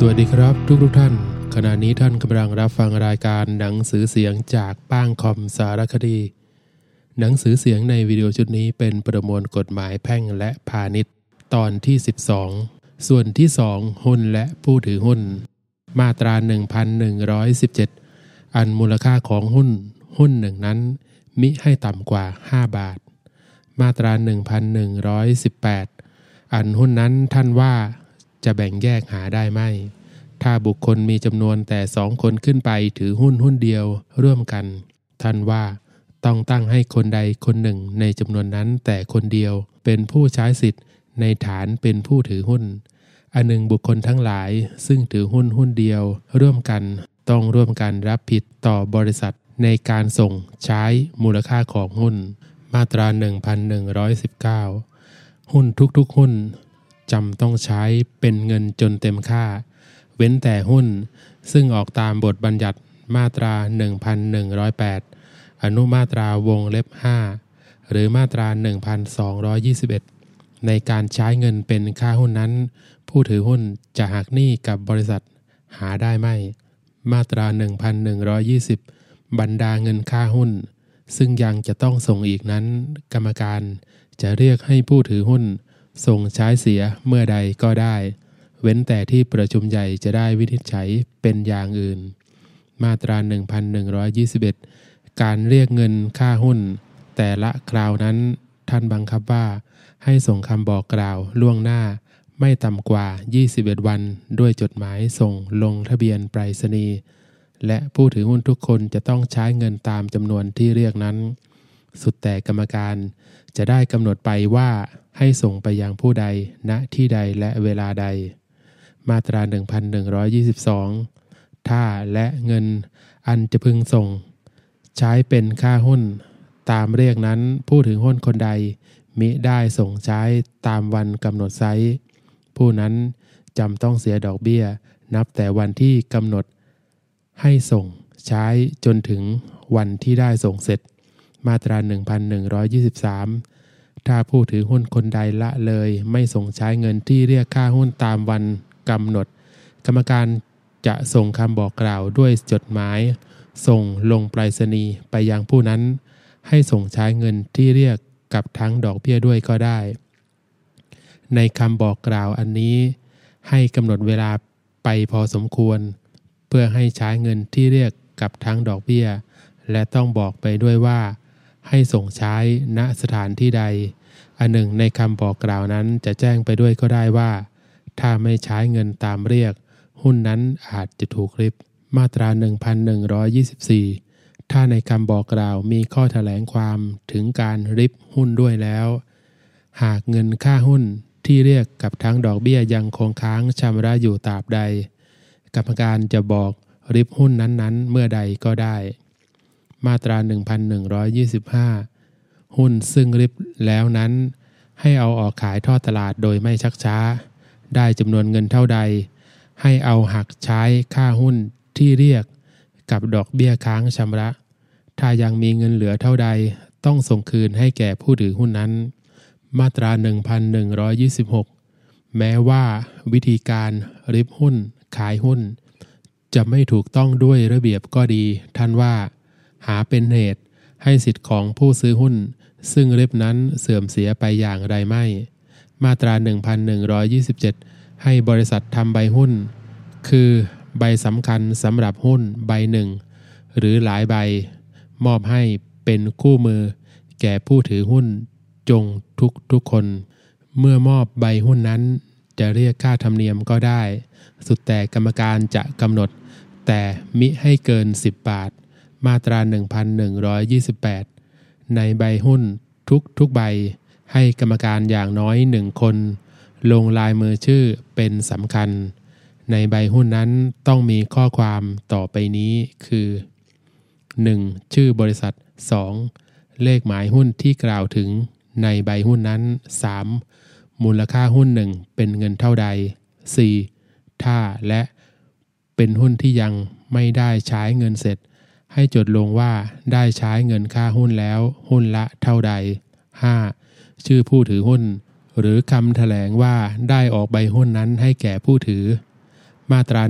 วัสดีครับทุกท่านขณะนี้ท่านกำลังรับฟังรายการหนังสือเสียงจากป้างคอมสารคดีหนังสือเสียงในวิดีโอชุดนี้เป็นประมวลกฎหมายแพ่งและพาณิชย์ตอนที่12ส่วนที่2หุ้นและผู้ถือหุ้นมาตรา 1117 อันมูลค่าของหุ้นหนึ่งนั้นมิให้ต่ำกว่า5บาทมาตรา 1118 อันหุ้นนั้นท่านว่าจะแบ่งแยกหาได้ไหมถ้าบุคคลมีจำนวนแต่2คนขึ้นไปถือหุ้นเดียวร่วมกันท่านว่าต้องตั้งให้คนใดคนหนึ่งในจำนวนนั้นแต่คนเดียวเป็นผู้ใช้สิทธิ์ในฐานเป็นผู้ถือหุ้นอันหนึ่งบุคคลทั้งหลายซึ่งถือหุ้นเดียวร่วมกันต้องร่วมกันรับผิดต่อบริษัทในการส่งใช้มูลค่าของหุ้นมาตรา 1119 หุ้นทุกหุ้นจำต้องใช้เป็นเงินจนเต็มค่าเว้นแต่หุ้นซึ่งออกตามบทบัญญัติมาตรา 1108 อนุมาตราวงเล็บ 5 หรือมาตรา 1221 ในการใช้เงินเป็นค่าหุ้นนั้นผู้ถือหุ้นจะหักหนี้กับบริษัทหาได้ไหมมาตรา 1120 บรรดาเงินค่าหุ้นซึ่งยังจะต้องส่งอีกนั้นกรรมการจะเรียกให้ผู้ถือหุ้นส่งใช้เสียเมื่อใดก็ได้เว้นแต่ที่ประชุมใหญ่จะได้วินิจฉัยเป็นอย่างอื่นมาตรา 1121 การเรียกเงินค่าหุ้นแต่ละคราวนั้นท่านบังคับว่าให้ส่งคำบอกกล่าวล่วงหน้าไม่ต่ำกว่า21วันด้วยจดหมายส่งลงทะเบียนไปรษณีย์และผู้ถือหุ้นทุกคนจะต้องใช้เงินตามจำนวนที่เรียกนั้นสุดแต่กรรมการจะได้กำหนดไปว่าให้ส่งไปยังผู้ใดณที่ใดและเวลาใดมาตรา 1122 ถ้าและเงินอันจะพึงส่งใช้เป็นค่าหุ้นตามเรียกนั้นผู้ถือหุ้นคนใดมิได้ส่งใช้ตามวันกำหนดไซร้ผู้นั้นจำต้องเสียดอกเบี้ยนับแต่วันที่กำหนดให้ส่งใช้จนถึงวันที่ได้ส่งเสร็จมาตรา 1123 ถ้าผู้ถือหุ้นคนใดละเลยไม่ส่งใช้เงินที่เรียกค่าหุ้นตามวันกำหนดกรรมการจะส่งคำบอกกล่าวด้วยจดหมายส่งลงไปรษณีย์ไปยังผู้นั้นให้ส่งใช้เงินที่เรียกกับทั้งดอกเบี้ยด้วยก็ได้ในคำบอกกล่าวอันนี้ให้กำหนดเวลาไปพอสมควรเพื่อให้ใช้เงินที่เรียกกับทั้งดอกเบี้ยและต้องบอกไปด้วยว่าให้ส่งใช้ณสถานที่ใดอันหนึ่งในคำบอกกล่าวนั้นจะแจ้งไปด้วยก็ได้ว่าถ้าไม่ใช้เงินตามเรียกหุ้นนั้นอาจจะถูกริบมาตรา 1124 ถ้าในคำบอกกล่าวมีข้อแถลงความถึงการริบหุ้นด้วยแล้วหากเงินค่าหุ้นที่เรียกกับทั้งดอกเบี้ยยังคงค้างชำระอยู่ตราบใดกรรมการจะบอกริบหุ้นนั้นๆเมื่อใดก็ได้มาตรา 1125 หุ้นซึ่งริบแล้วนั้นให้เอาออกขายทอดตลาดโดยไม่ชักช้าได้จำนวนเงินเท่าใดให้เอาหักใช้ค่าหุ้นที่เรียกกับดอกเบี้ยค้างชำระถ้ายังมีเงินเหลือเท่าใดต้องส่งคืนให้แก่ผู้ถือหุ้นนั้นมาตรา 1126 แม้ว่าวิธีการริบหุ้นขายหุ้นจะไม่ถูกต้องด้วยระเบียบก็ดีท่านว่าหาเป็นเหตุให้สิทธิของผู้ซื้อหุ้นซึ่งริบนั้นเสื่อมเสียไปอย่างไรไม่มาตรา 1127 ให้บริษัททำใบหุ้นคือใบสำคัญสำหรับหุ้นใบหนึ่งหรือหลายใบมอบให้เป็นคู่มือแก่ผู้ถือหุ้นจงทุกคนเมื่อมอบใบหุ้นนั้นจะเรียกค่าธรรมเนียมก็ได้สุดแต่กรรมการจะกำหนดแต่มิให้เกิน10บาทมาตรา 1128 ในใบหุ้นทุกใบให้กรรมการอย่างน้อย1คนลงลายมือชื่อเป็นสำคัญในใบหุ้นนั้นต้องมีข้อความต่อไปนี้คือ 1. ชื่อบริษัท 2. เลขหมายหุ้นที่กล่าวถึงในใบหุ้นนั้น 3. มูลค่าหุ้นหนึ่งเป็นเงินเท่าใด 4. ถ้าและเป็นหุ้นที่ยังไม่ได้ใช้เงินเสร็จให้จดลงว่าได้ใช้เงินค่าหุ้นแล้วหุ้นละเท่าใด 5. ชื่อผู้ถือหุ้นหรือคำแถลงว่าได้ออกใบหุ้นนั้นให้แก่ผู้ถือมาตรา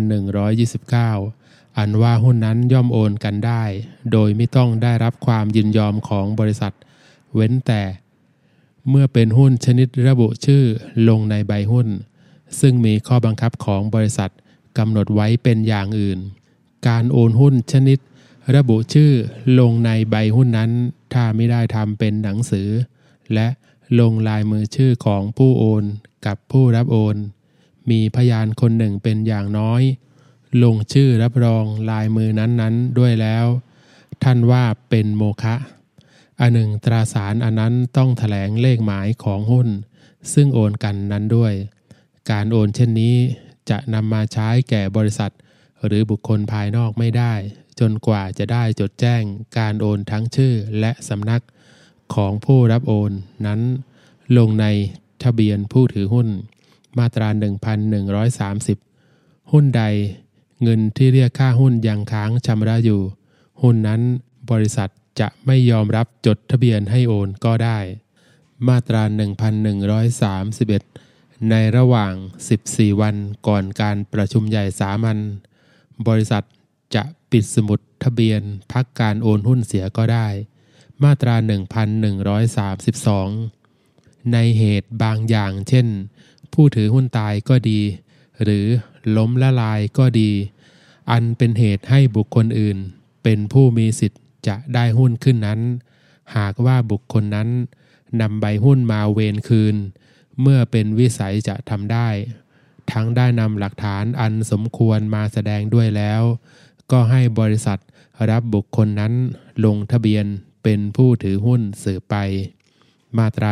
1129 อันว่าหุ้นนั้นย่อมโอนกันได้โดยไม่ต้องได้รับความยินยอมของบริษัทเว้นแต่เมื่อเป็นหุ้นชนิดระบุชื่อลงในใบหุ้นซึ่งมีข้อบังคับของบริษัทกำหนดไว้เป็นอย่างอื่นการโอนหุ้นชนิดระบุชื่อลงในใบหุ้นนั้นถ้าไม่ได้ทำเป็นหนังสือและลงลายมือชื่อของผู้โอนกับผู้รับโอนมีพยานคนหนึ่งเป็นอย่างน้อยลงชื่อรับรองลายมือนั้นๆด้วยแล้วท่านว่าเป็นโมฆะอันหนึ่งตราสารอันนั้นต้องแถลงเลขหมายของหุ้นซึ่งโอนกันนั้นด้วยการโอนเช่นนี้จะนำมาใช้แก่บริษัทหรือบุคคลภายนอกไม่ได้จนกว่าจะได้จดแจ้งการโอนทั้งชื่อและสำนักของผู้รับโอนนั้นลงในทะเบียนผู้ถือหุ้นมาตรา 1130 หุ้นใดเงินที่เรียกค่าหุ้นยังค้างชำระอยู่หุ้นนั้นบริษัทจะไม่ยอมรับจดทะเบียนให้โอนก็ได้มาตรา 1131 ในระหว่าง 14 วันก่อนการประชุมใหญ่สามัญบริษัทจะปิดสมุดทะเบียนพักการโอนหุ้นเสียก็ได้มาตรา 1132 ในเหตุบางอย่างเช่นผู้ถือหุ้นตายก็ดีหรือล้มละลายก็ดีอันเป็นเหตุให้บุคคลอื่นเป็นผู้มีสิทธิ์จะได้หุ้นขึ้นนั้นหากว่าบุคคลนั้นนำใบหุ้นมาเวรคืนเมื่อเป็นวิสัยจะทำได้ทั้งได้นำหลักฐานอันสมควรมาแสดงด้วยแล้วก็ให้บริษัทรับบุคคลนั้นลงทะเบียนเป็นผู้ถือหุ้นสืบไปมาตรา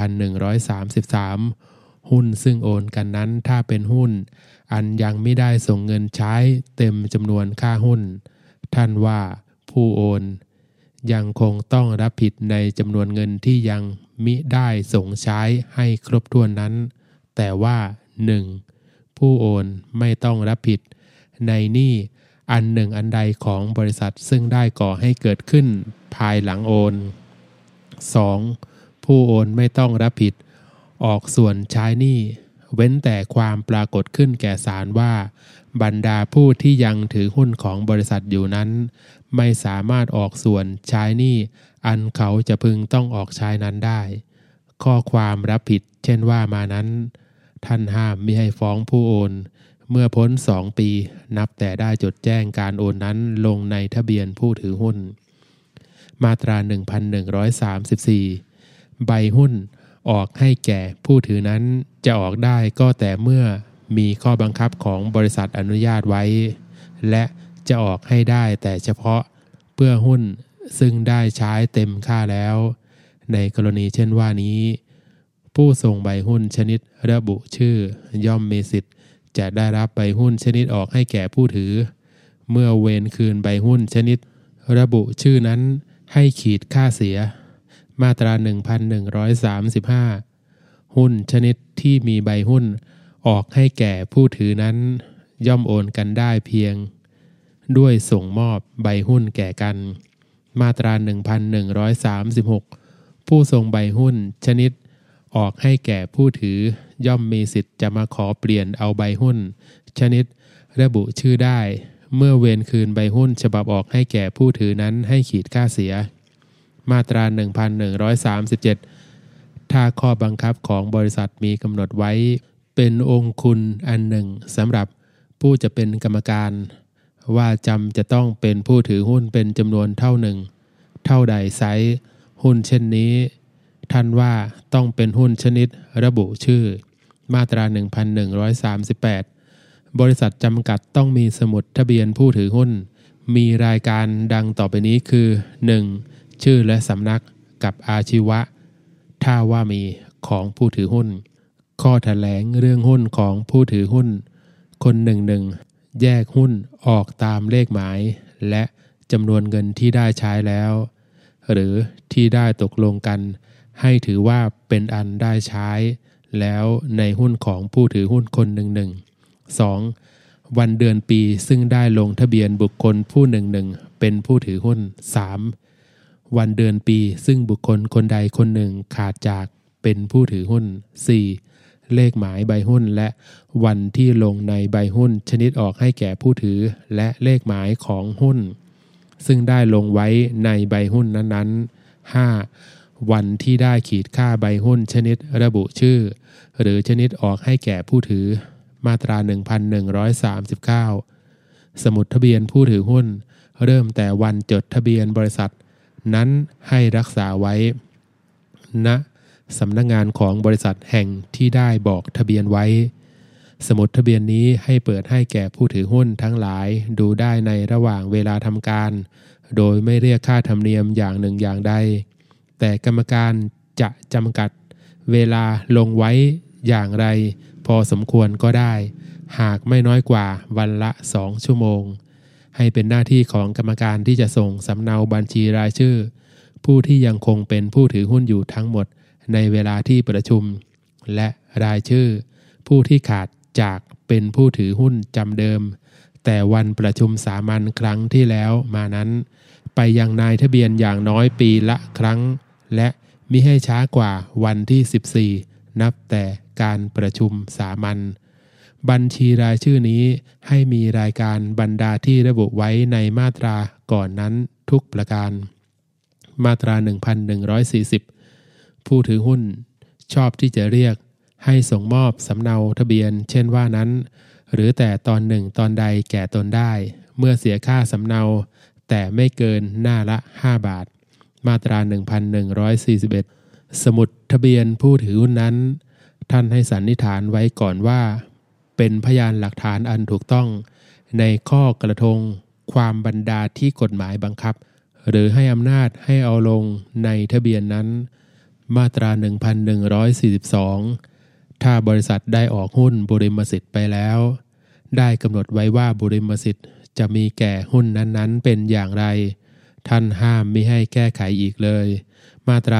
1133 หุ้นซึ่งโอนกันนั้นถ้าเป็นหุ้นอันยังไม่ได้ส่งเงินใช้เต็มจำนวนค่าหุ้นท่านว่าผู้โอนยังคงต้องรับผิดในจำนวนเงินที่ยังมิได้ส่งใช้ให้ครบถ้วนนั้นแต่ว่า 1. ผู้โอนไม่ต้องรับผิดในหนี้อันหนึ่งอันใดของบริษัทซึ่งได้ก่อให้เกิดขึ้นภายหลังโอน 2. ผู้โอนไม่ต้องรับผิดออกส่วนใช้หนี้เว้นแต่ความปรากฏขึ้นแก่ศาลว่าบรรดาผู้ที่ยังถือหุ้นของบริษัทอยู่นั้นไม่สามารถออกส่วนใช้หนี้อันเขาจะพึงต้องออกใช้นั้นได้ข้อความรับผิดเช่นว่ามานั้นท่านห้ามมิให้ฟ้องผู้โอนเมื่อพ้น2 ปีนับแต่ได้จดแจ้งการโอนนั้นลงในทะเบียนผู้ถือหุ้นมาตรา 1134 ใบหุ้นออกให้แก่ผู้ถือนั้นจะออกได้ก็แต่เมื่อมีข้อบังคับของบริษัทอนุญาตไว้และจะออกให้ได้แต่เฉพาะเพื่อหุ้นซึ่งได้ใช้เต็มค่าแล้วในกรณีเช่นว่านี้ผู้ส่งใบหุ้นชนิดระบุชื่อย่อมมีสิทธิ์จะได้รับใบหุ้นชนิดออกให้แก่ผู้ถือเมื่อเวรคืนใบหุ้นชนิดระบุชื่อนั้นให้ขีดค่าเสียมาตรา 1135 หุ้นชนิดที่มีใบหุ้นออกให้แก่ผู้ถือนั้นย่อมโอนกันได้เพียงด้วยส่งมอบใบหุ้นแก่กันมาตรา 1136 ผู้ส่งใบหุ้นชนิดออกให้แก่ผู้ถือย่อมมีสิทธิ์จะมาขอเปลี่ยนเอาใบหุ้นชนิดระบุชื่อได้เมื่อเวรคืนใบหุ้นฉบับออกให้แก่ผู้ถือนั้นให้ขีดค่าเสียมาตรา 1137 ถ้าข้อบังคับของบริษัทมีกำหนดไว้เป็นองค์คุณอันหนึ่งสำหรับผู้จะเป็นกรรมการว่าจะต้องเป็นผู้ถือหุ้นเป็นจำนวนเท่าหนึ่งเท่าใดไซส์หุ้นเช่นนี้ท่านว่าต้องเป็นหุ้นชนิดระบุชื่อมาตรา 1138 บริษัทจำกัดต้องมีสมุดทะเบียนผู้ถือหุ้นมีรายการดังต่อไปนี้คือ 1. ชื่อและสำนักกับอาชีวะถ้าว่ามีของผู้ถือหุ้นข้อแถลงเรื่องหุ้นของผู้ถือหุ้นคนหนึ่งแยกหุ้นออกตามเลขหมายและจำนวนเงินที่ได้ใช้แล้วหรือที่ได้ตกลงกันให้ถือว่าเป็นอันได้ใช้แล้วในหุ้นของผู้ถือหุ้นคนหนึ่ง 2. วันเดือนปีซึ่งได้ลงทะเบียนบุคคลผู้หนึ่งเป็นผู้ถือหุ้น 3. วันเดือนปีซึ่งบุคคลคนใดคนหนึ่งขาดจากเป็นผู้ถือหุ้น 4. เลขหมายใบหุ้นและวันที่ลงในใบหุ้นชนิดออกให้แก่ผู้ถือและเลขหมายของหุ้นซึ่งได้ลงไว้ในใบหุ้นนั้นๆ 5. วันที่ได้ขีดค่าใบหุ้นชนิดระบุชื่อหรือชนิดออกให้แก่ผู้ถือมาตรา 1139 สมุดทะเบียนผู้ถือหุ้นเริ่มแต่วันจดทะเบียนบริษัทนั้นให้รักษาไว้ณสำนักงานของบริษัทแห่งที่ได้บอกทะเบียนไว้สมุดทะเบียนนี้ให้เปิดให้แก่ผู้ถือหุ้นทั้งหลายดูได้ในระหว่างเวลาทำการโดยไม่เรียกค่าธรรมเนียมอย่างหนึ่งอย่างใดแต่กรรมการจะจำกัดเวลาลงไว้อย่างไรพอสมควรก็ได้หากไม่น้อยกว่าวันละ2 ชั่วโมงให้เป็นหน้าที่ของกรรมการที่จะส่งสำเนาบัญชีรายชื่อผู้ที่ยังคงเป็นผู้ถือหุ้นอยู่ทั้งหมดในเวลาที่ประชุมและรายชื่อผู้ที่ขาดจากเป็นผู้ถือหุ้นจำเดิมแต่วันประชุมสามัญครั้งที่แล้วมานั้นไปยังนายทะเบียนอย่างน้อยปีละครั้งและมิให้ช้ากว่าวันที่14นับแต่การประชุมสามัญบัญชีรายชื่อนี้ให้มีรายการบรรดาที่ระบุไว้ในมาตราก่อนนั้นทุกประการมาตรา 1140 ผู้ถือหุ้นชอบที่จะเรียกให้ส่งมอบสำเนาทะเบียนเช่นว่านั้นหรือแต่ตอนหนึ่งตอนใดแก่ตนได้เมื่อเสียค่าสำเนาแต่ไม่เกินหน้าละ5 บาทมาตรา 1141 สมุดทะเบียนผู้ถือหุ้นนั้นท่านให้สันนิษฐานไว้ก่อนว่าเป็นพยานหลักฐานอันถูกต้องในข้อกระทงความบรรดาที่กฎหมายบังคับหรือให้อำนาจให้เอาลงในทะเบียนนั้นมาตรา 1142 ถ้าบริษัทได้ออกหุ้นบุริมสิทธิ์ไปแล้วได้กำหนดไว้ว่าบุริมสิทธิ์จะมีแก่หุ้นนั้นๆเป็นอย่างไรท่านห้ามมิให้แก้ไขอีกเลยมาตรา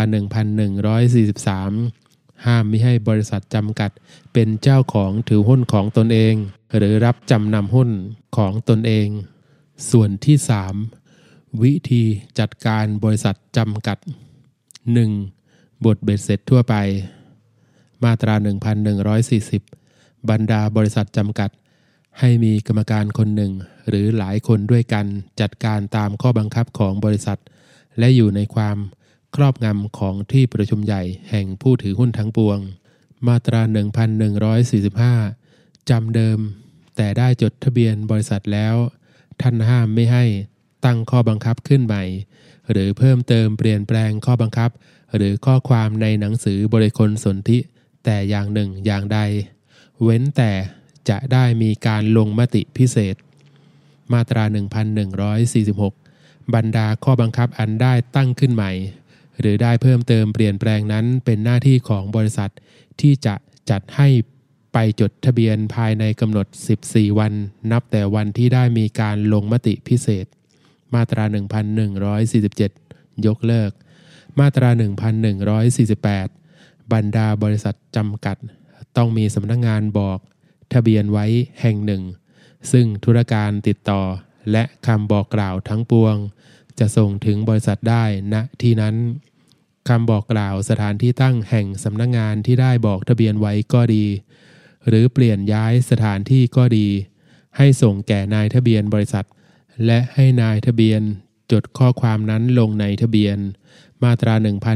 1143 ห้ามมิให้บริษัทจำกัดเป็นเจ้าของถือหุ้นของตนเองหรือรับจำนำหุ้นของตนเองส่วนที่ 3 วิธีจัดการบริษัทจำกัด 1. บทเบ็ดเสร็จทั่วไปมาตรา 1140 บรรดาบริษัทจำกัดให้มีกรรมการคนหนึ่งหรือหลายคนด้วยกันจัดการตามข้อบังคับของบริษัทและอยู่ในความครอบงำของที่ประชุมใหญ่แห่งผู้ถือหุ้นทั้งปวงมาตรา 1145 จำเดิมแต่ได้จดทะเบียนบริษัทแล้วท่านห้ามไม่ให้ตั้งข้อบังคับขึ้นใหม่หรือเพิ่มเติมเปลี่ยนแปลงข้อบังคับหรือข้อความในหนังสือบริคลสนธิแต่อย่างหนึ่งอย่างใดเว้นแต่จะได้มีการลงมติพิเศษมาตรา 1146 บรรดาข้อบังคับอันได้ตั้งขึ้นใหม่หรือได้เพิ่มเติมเปลี่ยนแปลงนั้นเป็นหน้าที่ของบริษัทที่จะจัดให้ไปจดทะเบียนภายในกำหนด14 วันนับแต่วันที่ได้มีการลงมติพิเศษมาตรา 1147 ยกเลิกมาตรา 1148 บรรดาบริษัทจำกัดต้องมีสำนักงานบอกทะเบียนไว้แห่งหนึ่งซึ่งธุรการติดต่อและคำบอกกล่าวทั้งปวงจะส่งถึงบริษัทได้ณที่นั้นคำบอกกล่าวสถานที่ตั้งแห่งสำนักงานที่ได้บอกทะเบียนไว้ก็ดีหรือเปลี่ยนย้ายสถานที่ก็ดีให้ส่งแก่นายทะเบียนบริษัทและให้นายทะเบียนจดข้อความนั้นลงในทะเบียนมาตรา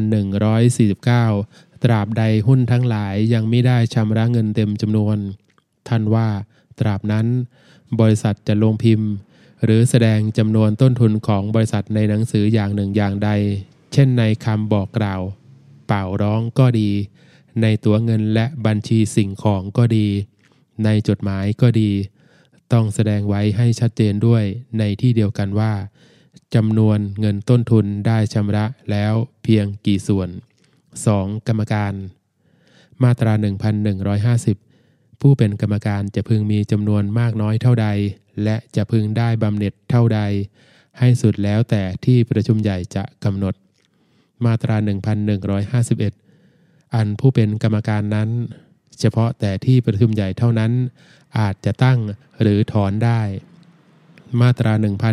1149 ตราบใดหุ้นทั้งหลายยังไม่ได้ชำระเงินเต็มจำนวนท่านว่าตราบนั้นบริษัทจะลงพิมพ์หรือแสดงจำนวนต้นทุนของบริษัทในหนังสืออย่างหนึ่งอย่างใดเช่นในคำบอกกล่าวเปล่าร้องก็ดีในตั๋วเงินและบัญชีสิ่งของก็ดีในจดหมายก็ดีต้องแสดงไว้ให้ชัดเจนด้วยในที่เดียวกันว่าจำนวนเงินต้นทุนได้ชำระแล้วเพียงกี่ส่วน 2. กรรมการมาตรา 1150 ผู้เป็นกรรมการจะพึงมีจำนวนมากน้อยเท่าใดและจะพึงได้บำเหน็จเท่าใดให้สุดแล้วแต่ที่ประชุมใหญ่จะกำหนดมาตรา 1151 อันผู้เป็นกรรมการนั้นเฉพาะแต่ที่ประชุมใหญ่เท่านั้นอาจจะตั้งหรือถอนได้มาตรา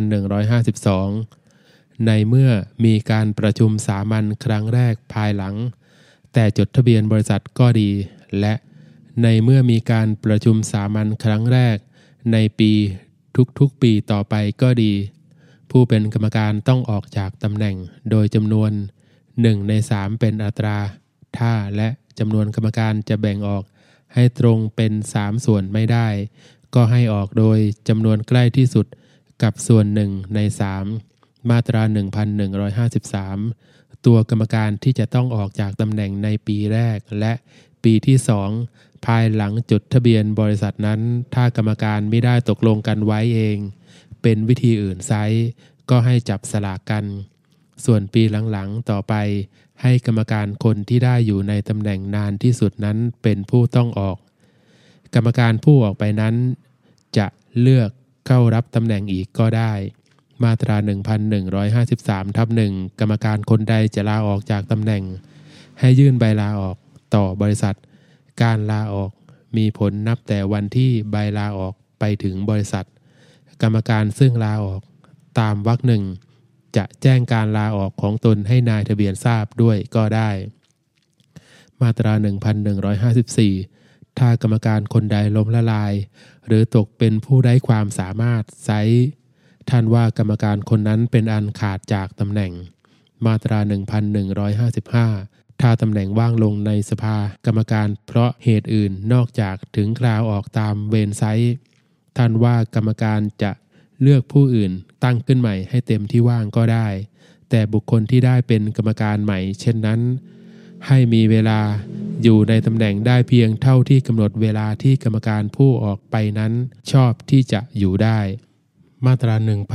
1152 ในเมื่อมีการประชุมสามัญครั้งแรกภายหลังแต่จดทะเบียนบริษัทก็ดีและในเมื่อมีการประชุมสามัญครั้งแรกในปีทุกๆปีต่อไปก็ดีผู้เป็นกรรมการต้องออกจากตำแหน่งโดยจำนวน1 ใน 3เป็นอัตราถ้าและจำนวนกรรมการจะแบ่งออกให้ตรงเป็น3ส่วนไม่ได้ก็ให้ออกโดยจำนวนใกล้ที่สุดกับส่วน1 ใน 3มาตรา 1153 ตัวกรรมการที่จะต้องออกจากตำแหน่งในปีแรกและปีที่2ภายหลังจดทะเบียนบริษัทนั้นถ้ากรรมการไม่ได้ตกลงกันไว้เองเป็นวิธีอื่นไซร้ก็ให้จับสลากกันส่วนปีหลังๆต่อไปให้กรรมการคนที่ได้อยู่ในตำแหน่งนานที่สุดนั้นเป็นผู้ต้องออกกรรมการผู้ออกไปนั้นจะเลือกเข้ารับตำแหน่งอีกก็ได้มาตรา 1153/1 กรรมการคนใดจะลาออกจากตำแหน่งให้ยื่นใบลาออกต่อบริษัทการลาออกมีผลนับแต่วันที่ใบลาออกไปถึงบริษัทกรรมการซึ่งลาออกตามวรรคหนึ่งจะแจ้งการลาออกของตนให้นายทะเบียนทราบด้วยก็ได้มาตรา 1154 ถ้ากรรมการคนใดล้มละลายหรือตกเป็นผู้ไร้ความสามารถไซร้ท่านว่ากรรมการคนนั้นเป็นอันขาดจากตำแหน่งมาตรา 1155 ถ้าตำแหน่งว่างลงในสภากรรมการเพราะเหตุอื่นนอกจากถึงคราวออกตามเวรไซร้ท่านว่ากรรมการจะเลือกผู้อื่นตั้งขึ้นใหม่ให้เต็มที่ว่างก็ได้แต่บุคคลที่ได้เป็นกรรมการใหม่เช่นนั้นให้มีเวลาอยู่ในตำแหน่งได้เพียงเท่าที่กำหนดเวลาที่กรรมการผู้ออกไปนั้นชอบที่จะอยู่ได้มาตรา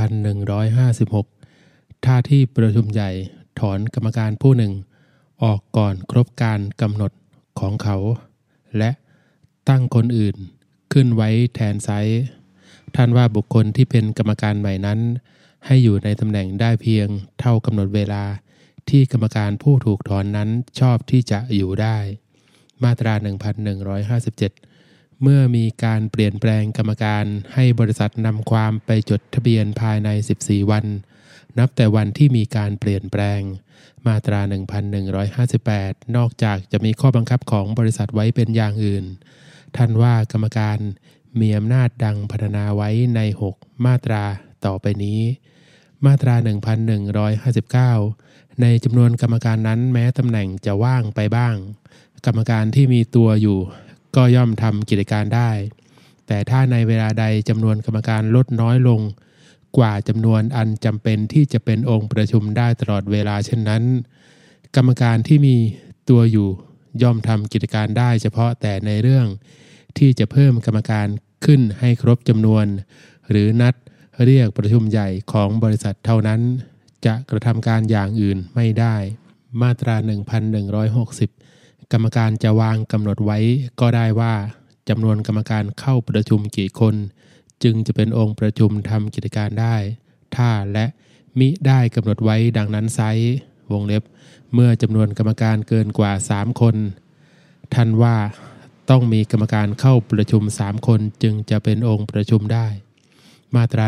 1156 ถ้าที่ประชุมใหญ่ถอนกรรมการผู้หนึ่งออกก่อนครบการกำหนดของเขาและตั้งคนอื่นขึ้นไว้แทนไซร้ท่านว่าบุคคลที่เป็นกรรมการใหม่นั้นให้อยู่ในตำแหน่งได้เพียงเท่ากำหนดเวลาที่กรรมการผู้ถูกถอนนั้นชอบที่จะอยู่ได้มาตรา 1157 เมื่อมีการเปลี่ยนแปลงกรรมการให้บริษัทนำความไปจดทะเบียนภายใน14 วันนับแต่วันที่มีการเปลี่ยนแปลงมาตรา 1158 นอกจากจะมีข้อบังคับของบริษัทไว้เป็นอย่างอื่นท่านว่ากรรมการมีอำนาจดังพรรณนาไว้ใน6มาตราต่อไปนี้มาตรา 1159 ในจำนวนกรรมการนั้นแม้ตำแหน่งจะว่างไปบ้างกรรมการที่มีตัวอยู่ก็ย่อมทำกิจการได้แต่ถ้าในเวลาใดจำนวนกรรมการลดน้อยลงกว่าจำนวนอันจำเป็นที่จะเป็นองค์ประชุมได้ตลอดเวลาเช่นนั้นกรรมการที่มีตัวอยู่ย่อมทำกิจการได้เฉพาะแต่ในเรื่องที่จะเพิ่มกรรมการขึ้นให้ครบจำนวนหรือนัดเรียกประชุมใหญ่ของบริษัทเท่านั้นจะกระทำการอย่างอื่นไม่ได้มาตรา 1160 กรรมการจะวางกำหนดไว้ก็ได้ว่าจำนวนกรรมการเข้าประชุมกี่คนจึงจะเป็นองค์ประชุมทำกิจการได้ถ้าและมิได้กำหนดไว้ดังนั้นไซร้วงเล็บเมื่อจำนวนกรรมการเกินกว่า3คนท่านว่าต้องมีกรรมการเข้าประชุม3คนจึงจะเป็นองค์ประชุมได้มาตรา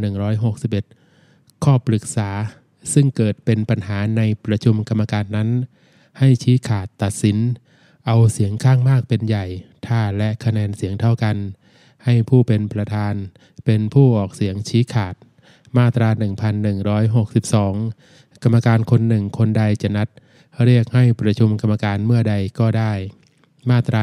1161 ข้อปรึกษาซึ่งเกิดเป็นปัญหาในประชุมกรรมการนั้นให้ชี้ขาดตัดสินเอาเสียงข้างมากเป็นใหญ่ถ้าและคะแนนเสียงเท่ากันให้ผู้เป็นประธานเป็นผู้ออกเสียงชี้ขาดมาตรา 1162 กรรมการคนหนึ่งคนใดจะนัดเรียกให้ประชุมกรรมการเมื่อใดก็ได้มาตรา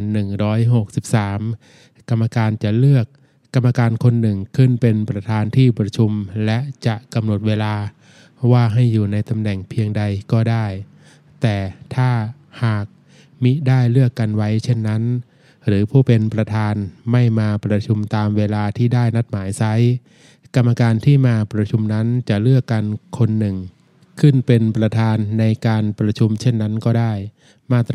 1163 กรรมการจะเลือกกรรมการคนหนึ่งขึ้นเป็นประธานที่ประชุมและจะกำหนดเวลาว่าให้อยู่ในตำแหน่งเพียงใดก็ได้แต่ถ้าหากมิได้เลือกกันไว้เช่นนั้นหรือผู้เป็นประธานไม่มาประชุมตามเวลาที่ได้นัดหมายไซร้กรรมการที่มาประชุมนั้นจะเลือกกันคนหนึ่งขึ้นเป็นประธานในการประชุมเช่นนั้นก็ได้มาตรา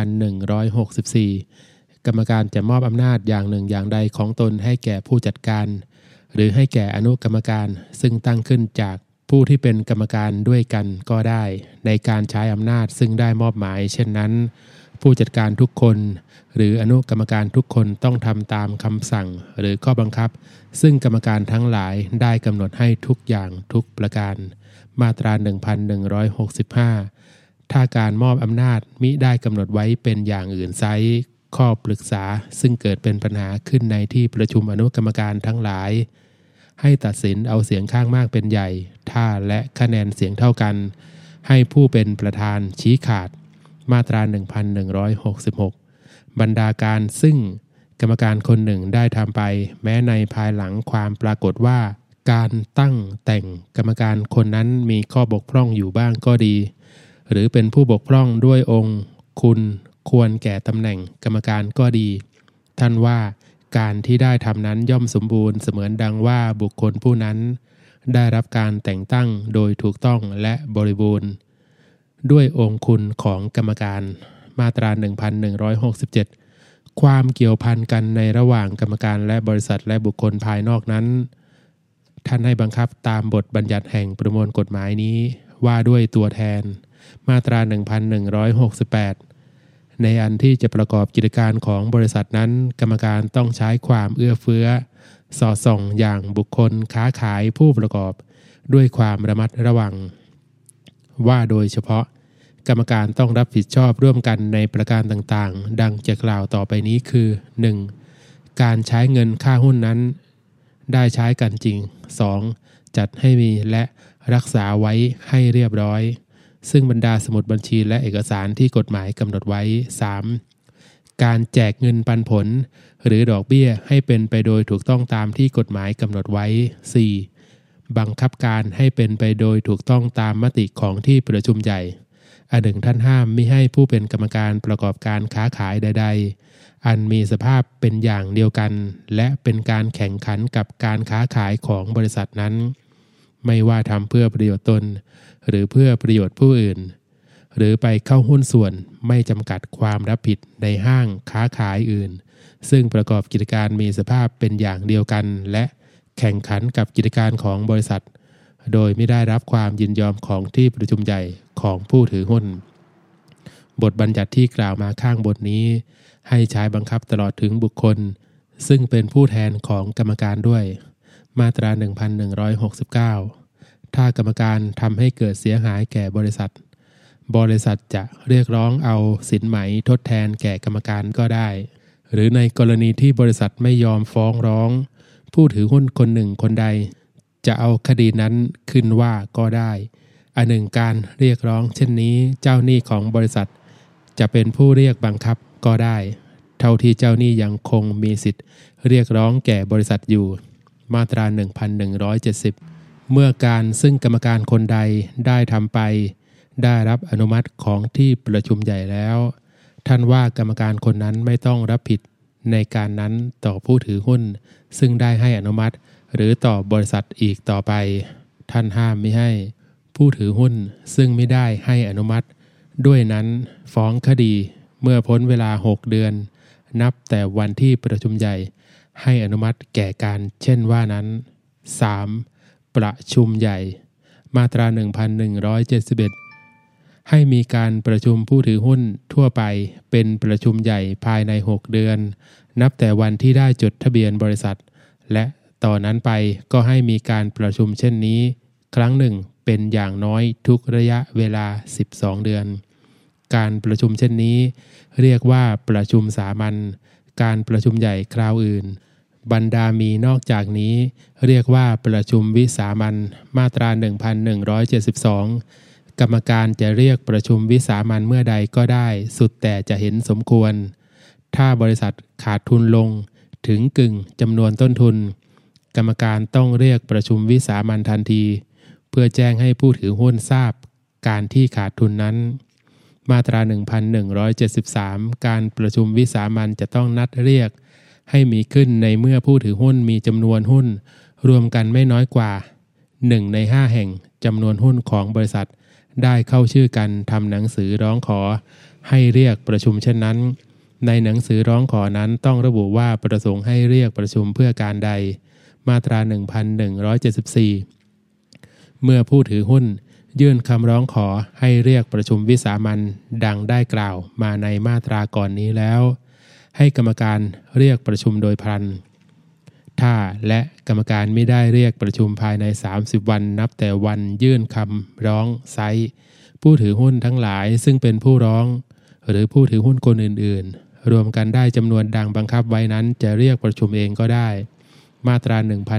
1164 กรรมการจะมอบอำนาจอย่างหนึ่งอย่างใดของตนให้แก่ผู้จัดการหรือให้แก่อนุกรรมการซึ่งตั้งขึ้นจากผู้ที่เป็นกรรมการด้วยกันก็ได้ในการใช้อำนาจซึ่งได้มอบหมายเช่นนั้นผู้จัดการทุกคนหรืออนุกรรมการทุกคนต้องทำตามคำสั่งหรือข้อบังคับซึ่งกรรมการทั้งหลายได้กำหนดให้ทุกอย่างทุกประการมาตรา 1165 ถ้าการมอบอำนาจมิได้กำหนดไว้เป็นอย่างอื่นไซร้ข้อปรึกษาซึ่งเกิดเป็นปัญหาขึ้นในที่ประชุมอนุกรรมการทั้งหลายให้ตัดสินเอาเสียงข้างมากเป็นใหญ่ถ้าและคะแนนเสียงเท่ากันให้ผู้เป็นประธานชี้ขาดมาตรา 1166 บรรดาการซึ่งกรรมการคนหนึ่งได้ทำไปแม้ในภายหลังความปรากฏว่าการตั้งแต่งกรรมการคนนั้นมีข้อบกพร่องอยู่บ้างก็ดีหรือเป็นผู้บกพร่องด้วยองค์คุณควรแก่ตำแหน่งกรรมการก็ดีท่านว่าการที่ได้ทำนั้นย่อมสมบูรณ์เสมือนดังว่าบุคคลผู้นั้นได้รับการแต่งตั้งโดยถูกต้องและบริบูรณ์ด้วยองค์คุณของกรรมการมาตรา 1167 ความเกี่ยวพันกันในระหว่างกรรมการและบริษัทและบุคคลภายนอกนั้นท่านให้บังคับตามบทบัญญัติแห่งประมวลกฎหมายนี้ว่าด้วยตัวแทนมาตรา 1168 ในอันที่จะประกอบกิจการของบริษัทนั้นกรรมการต้องใช้ความเอื้อเฟื้อสอดส่องอย่างบุคคลค้าขายผู้ประกอบด้วยความระมัดระวังว่าโดยเฉพาะกรรมการต้องรับผิดชอบร่วมกันในประการต่างๆดังจะกล่าวต่อไปนี้คือ 1. การใช้เงินค่าหุ้นนั้นได้ใช้กันจริง 2. จัดให้มีและรักษาไว้ให้เรียบร้อยซึ่งบรรดาสมุดบัญชีและเอกสารที่กฎหมายกำหนดไว้ 3. การแจกเงินปันผลหรือดอกเบี้ยให้เป็นไปโดยถูกต้องตามที่กฎหมายกำหนดไว้ 4. บังคับการให้เป็นไปโดยถูกต้องตามมติของที่ประชุมใหญ่อันหนึ่งท่านห้ามมิให้ผู้เป็นกรรมการประกอบการค้าขายใดๆอันมีสภาพเป็นอย่างเดียวกันและเป็นการแข่งขันกับการค้าขายของบริษัทนั้นไม่ว่าทำเพื่อประโยชน์ตนหรือเพื่อประโยชน์ผู้อื่นหรือไปเข้าหุ้นส่วนไม่จำกัดความรับผิดในห้างค้าขายอื่นซึ่งประกอบกิจการมีสภาพเป็นอย่างเดียวกันและแข่งขันกับกิจการของบริษัทโดยไม่ได้รับความยินยอมของที่ประชุมใหญ่ของผู้ถือหุ้นบทบัญญัติที่กล่าวมาข้างบทนี้ให้ใช้บังคับตลอดถึงบุคคลซึ่งเป็นผู้แทนของกรรมการด้วยมาตรา 1169 ถ้ากรรมการทำให้เกิดเสียหายแก่บริษัทจะเรียกร้องเอาสินไหมทดแทนแก่กรรมการก็ได้หรือในกรณีที่บริษัทไม่ยอมฟ้องร้องผู้ถือหุ้นคนหนึ่งคนใดจะเอาคดีนั้นขึ้นว่าก็ได้อันหนึ่งการเรียกร้องเช่นนี้เจ้าหนี้ของบริษัทจะเป็นผู้เรียกบังคับก็ได้เท่าที่เจ้าหนี้ยังคงมีสิทธิ์เรียกร้องแก่บริษัทอยู่มาตรา 1170 เมื่อการซึ่งกรรมการคนใดได้ทำไปได้รับอนุมัติของที่ประชุมใหญ่แล้วท่านว่ากรรมการคนนั้นไม่ต้องรับผิดในการนั้นต่อผู้ถือหุ้นซึ่งได้ให้อนุมัติหรือต่อบริษัทอีกต่อไปท่านห้ามมิให้ผู้ถือหุ้นซึ่งไม่ได้ให้อนุมัติด้วยนั้นฟ้องคดีเมื่อพ้นเวลา6 เดือนนับแต่วันที่ประชุมใหญ่ให้อนุมัติแก่การเช่นว่านั้น 3. ประชุมใหญ่มาตรา 1171 ให้มีการประชุมผู้ถือหุ้นทั่วไปเป็นประชุมใหญ่ภายใน6 เดือนนับแต่วันที่ได้จดทะเบียนบริษัทและต่อนนั้นไปก็ให้มีการประชุมเช่นนี้ครั้งหนึ่งเป็นอย่างน้อยทุกระยะเวลา12 เดือนการประชุมเช่นนี้เรียกว่าประชุมสามัญการประชุมใหญ่คราวอื่นบรรดามีนอกจากนี้เรียกว่าประชุมวิสามัญมาตรา 1172 กรรมการจะเรียกประชุมวิสามัญเมื่อใดก็ได้สุดแต่จะเห็นสมควรถ้าบริษัทขาดทุนลงถึงกึ่งจำนวนต้นทุนกรรมการต้องเรียกประชุมวิสามัญทันทีเพื่อแจ้งให้ผู้ถือหุ้นทราบการที่ขาดทุนนั้นมาตรา 1173 การประชุมวิสามัญจะต้องนัดเรียกให้มีขึ้นในเมื่อผู้ถือหุ้นมีจำนวนหุ้นรวมกันไม่น้อยกว่า1 ใน 5 แห่งจำนวนหุ้นของบริษัทได้เข้าชื่อกันทำหนังสือร้องขอให้เรียกประชุมเช่นนั้นในหนังสือร้องขอนั้นต้องระบุว่าประสงค์ให้เรียกประชุมเพื่อการใดมาตรา 1174 เมื่อผู้ถือหุ้นยื่นคำร้องขอให้เรียกประชุมวิสามัญดังได้กล่าวมาในมาตราก่อนนี้แล้วให้กรรมการเรียกประชุมโดยพลันถ้าและกรรมการไม่ได้เรียกประชุมภายใน30 วันนับแต่วันยื่นคำร้องไซผู้ถือหุ้นทั้งหลายซึ่งเป็นผู้ร้องหรือผู้ถือหุ้นคนอื่นรวมกันได้จำนวนดังบังคับไว้นั้นจะเรียกประชุมเองก็ได้มาตรา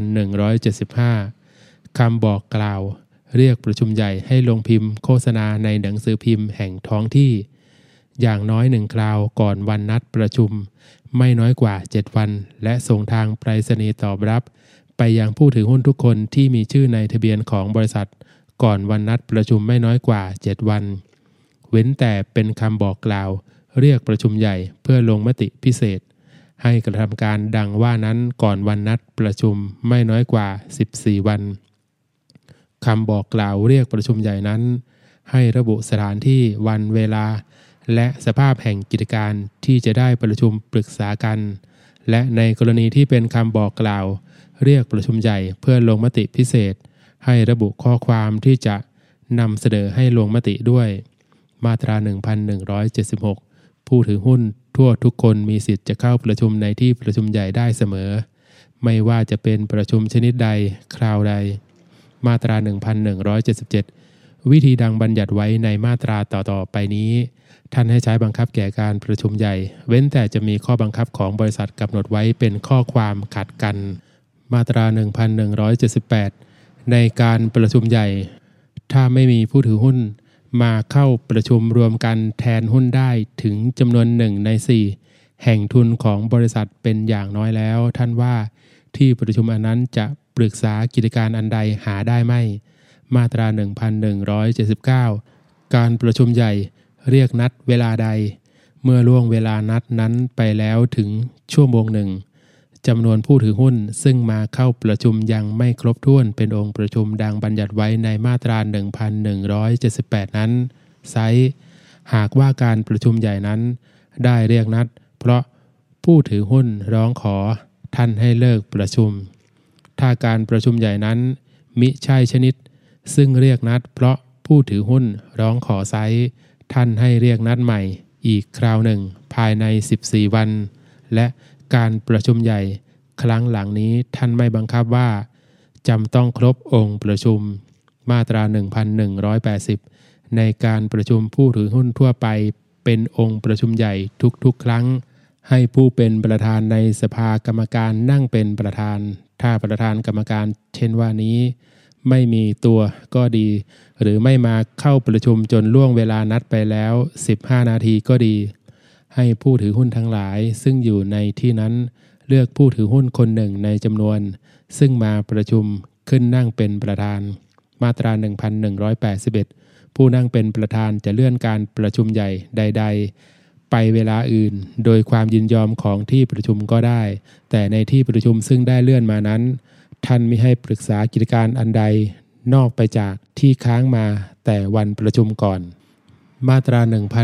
1175 คำบอกกล่าวเรียกประชุมใหญ่ให้ลงพิมพ์โฆษณาในหนังสือพิมพ์แห่งท้องที่อย่างน้อย1คราวก่อนวันนัดประชุมไม่น้อยกว่า7วันและส่งทางไปรษณีย์ตอบรับไปยังผู้ถือหุ้นทุกคนที่มีชื่อในทะเบียนของบริษัทก่อนวันนัดประชุมไม่น้อยกว่า7วันเว้นแต่เป็นคำบอกกล่าวเรียกประชุมใหญ่เพื่อลงมติพิเศษให้กระทำการดังว่านั้นก่อนวันนัดประชุมไม่น้อยกว่า14วันคำบอกกล่าวเรียกประชุมใหญ่นั้นให้ระบุสถานที่วันเวลาและสภาพแห่งกิจการที่จะได้ประชุมปรึกษากันและในกรณีที่เป็นคำบอกกล่าวเรียกประชุมใหญ่เพื่อลงมติพิเศษให้ระบุข้อความที่จะนำเสนอให้ลงมติด้วยมาตรา 1176 ผู้ถือหุ้นทั่วทุกคนมีสิทธิ์จะเข้าประชุมในที่ประชุมใหญ่ได้เสมอไม่ว่าจะเป็นประชุมชนิดใดคราวใดมาตรา 1177 วิธีดังบัญญัติไว้ในมาตราต่อไปนี้ท่านให้ใช้บังคับแก่การประชุมใหญ่เว้นแต่จะมีข้อบังคับของบริษัทกำหนดไว้เป็นข้อความขัดกันมาตรา 1178 ในการประชุมใหญ่ถ้าไม่มีผู้ถือหุ้นมาเข้าประชุมรวมกันแทนหุ้นได้ถึงจำนวน1 ใน 4แห่งทุนของบริษัทเป็นอย่างน้อยแล้วท่านว่าที่ประชุมอันนั้นจะปรึกษากิจการอันใดหาได้ไม่มาตรา 1179 การประชุมใหญ่เรียกนัดเวลาใดเมื่อล่วงเวลานัดนั้นไปแล้วถึงชั่วโมงหนึ่งจำนวนผู้ถือหุ้นซึ่งมาเข้าประชุมยังไม่ครบถ้วนเป็นองค์ประชุมดังบัญญัติไว้ในมาตรา 1178 นั้นไซร้หากว่าการประชุมใหญ่นั้นได้เรียกนัดเพราะผู้ถือหุ้นร้องขอท่านให้เลิกประชุมถ้าการประชุมใหญ่นั้นมิใช่ชนิดซึ่งเรียกนัดเพราะผู้ถือหุ้นร้องขอไซร้ท่านให้เรียกนัดใหม่อีกคราวหนึ่งภายใน14วันและการประชุมใหญ่ครั้งหลังนี้ท่านไม่บังคับว่าจำต้องครบองค์ประชุมมาตรา 1180 ในการประชุมผู้ถือหุ้นทั่วไปเป็นองค์ประชุมใหญ่ทุกๆครั้งให้ผู้เป็นประธานในสภากรรมการนั่งเป็นประธานถ้าประธานกรรมการเช่นว่านี้ไม่มีตัวก็ดีหรือไม่มาเข้าประชุมจนล่วงเวลานัดไปแล้ว15นาทีก็ดีให้ผู้ถือหุ้นทั้งหลายซึ่งอยู่ในที่นั้นเลือกผู้ถือหุ้นคนหนึ่งในจำนวนซึ่งมาประชุมขึ้นนั่งเป็นประธานมาตรา 1181 ผู้นั่งเป็นประธานจะเลื่อนการประชุมใหญ่ใดๆไปเวลาอื่นโดยความยินยอมของที่ประชุมก็ได้แต่ในที่ประชุมซึ่งได้เลื่อนมานั้นท่านมิให้ปรึกษากิจการอันใดนอกไปจากที่ค้างมาแต่วันประชุมก่อนมาตรา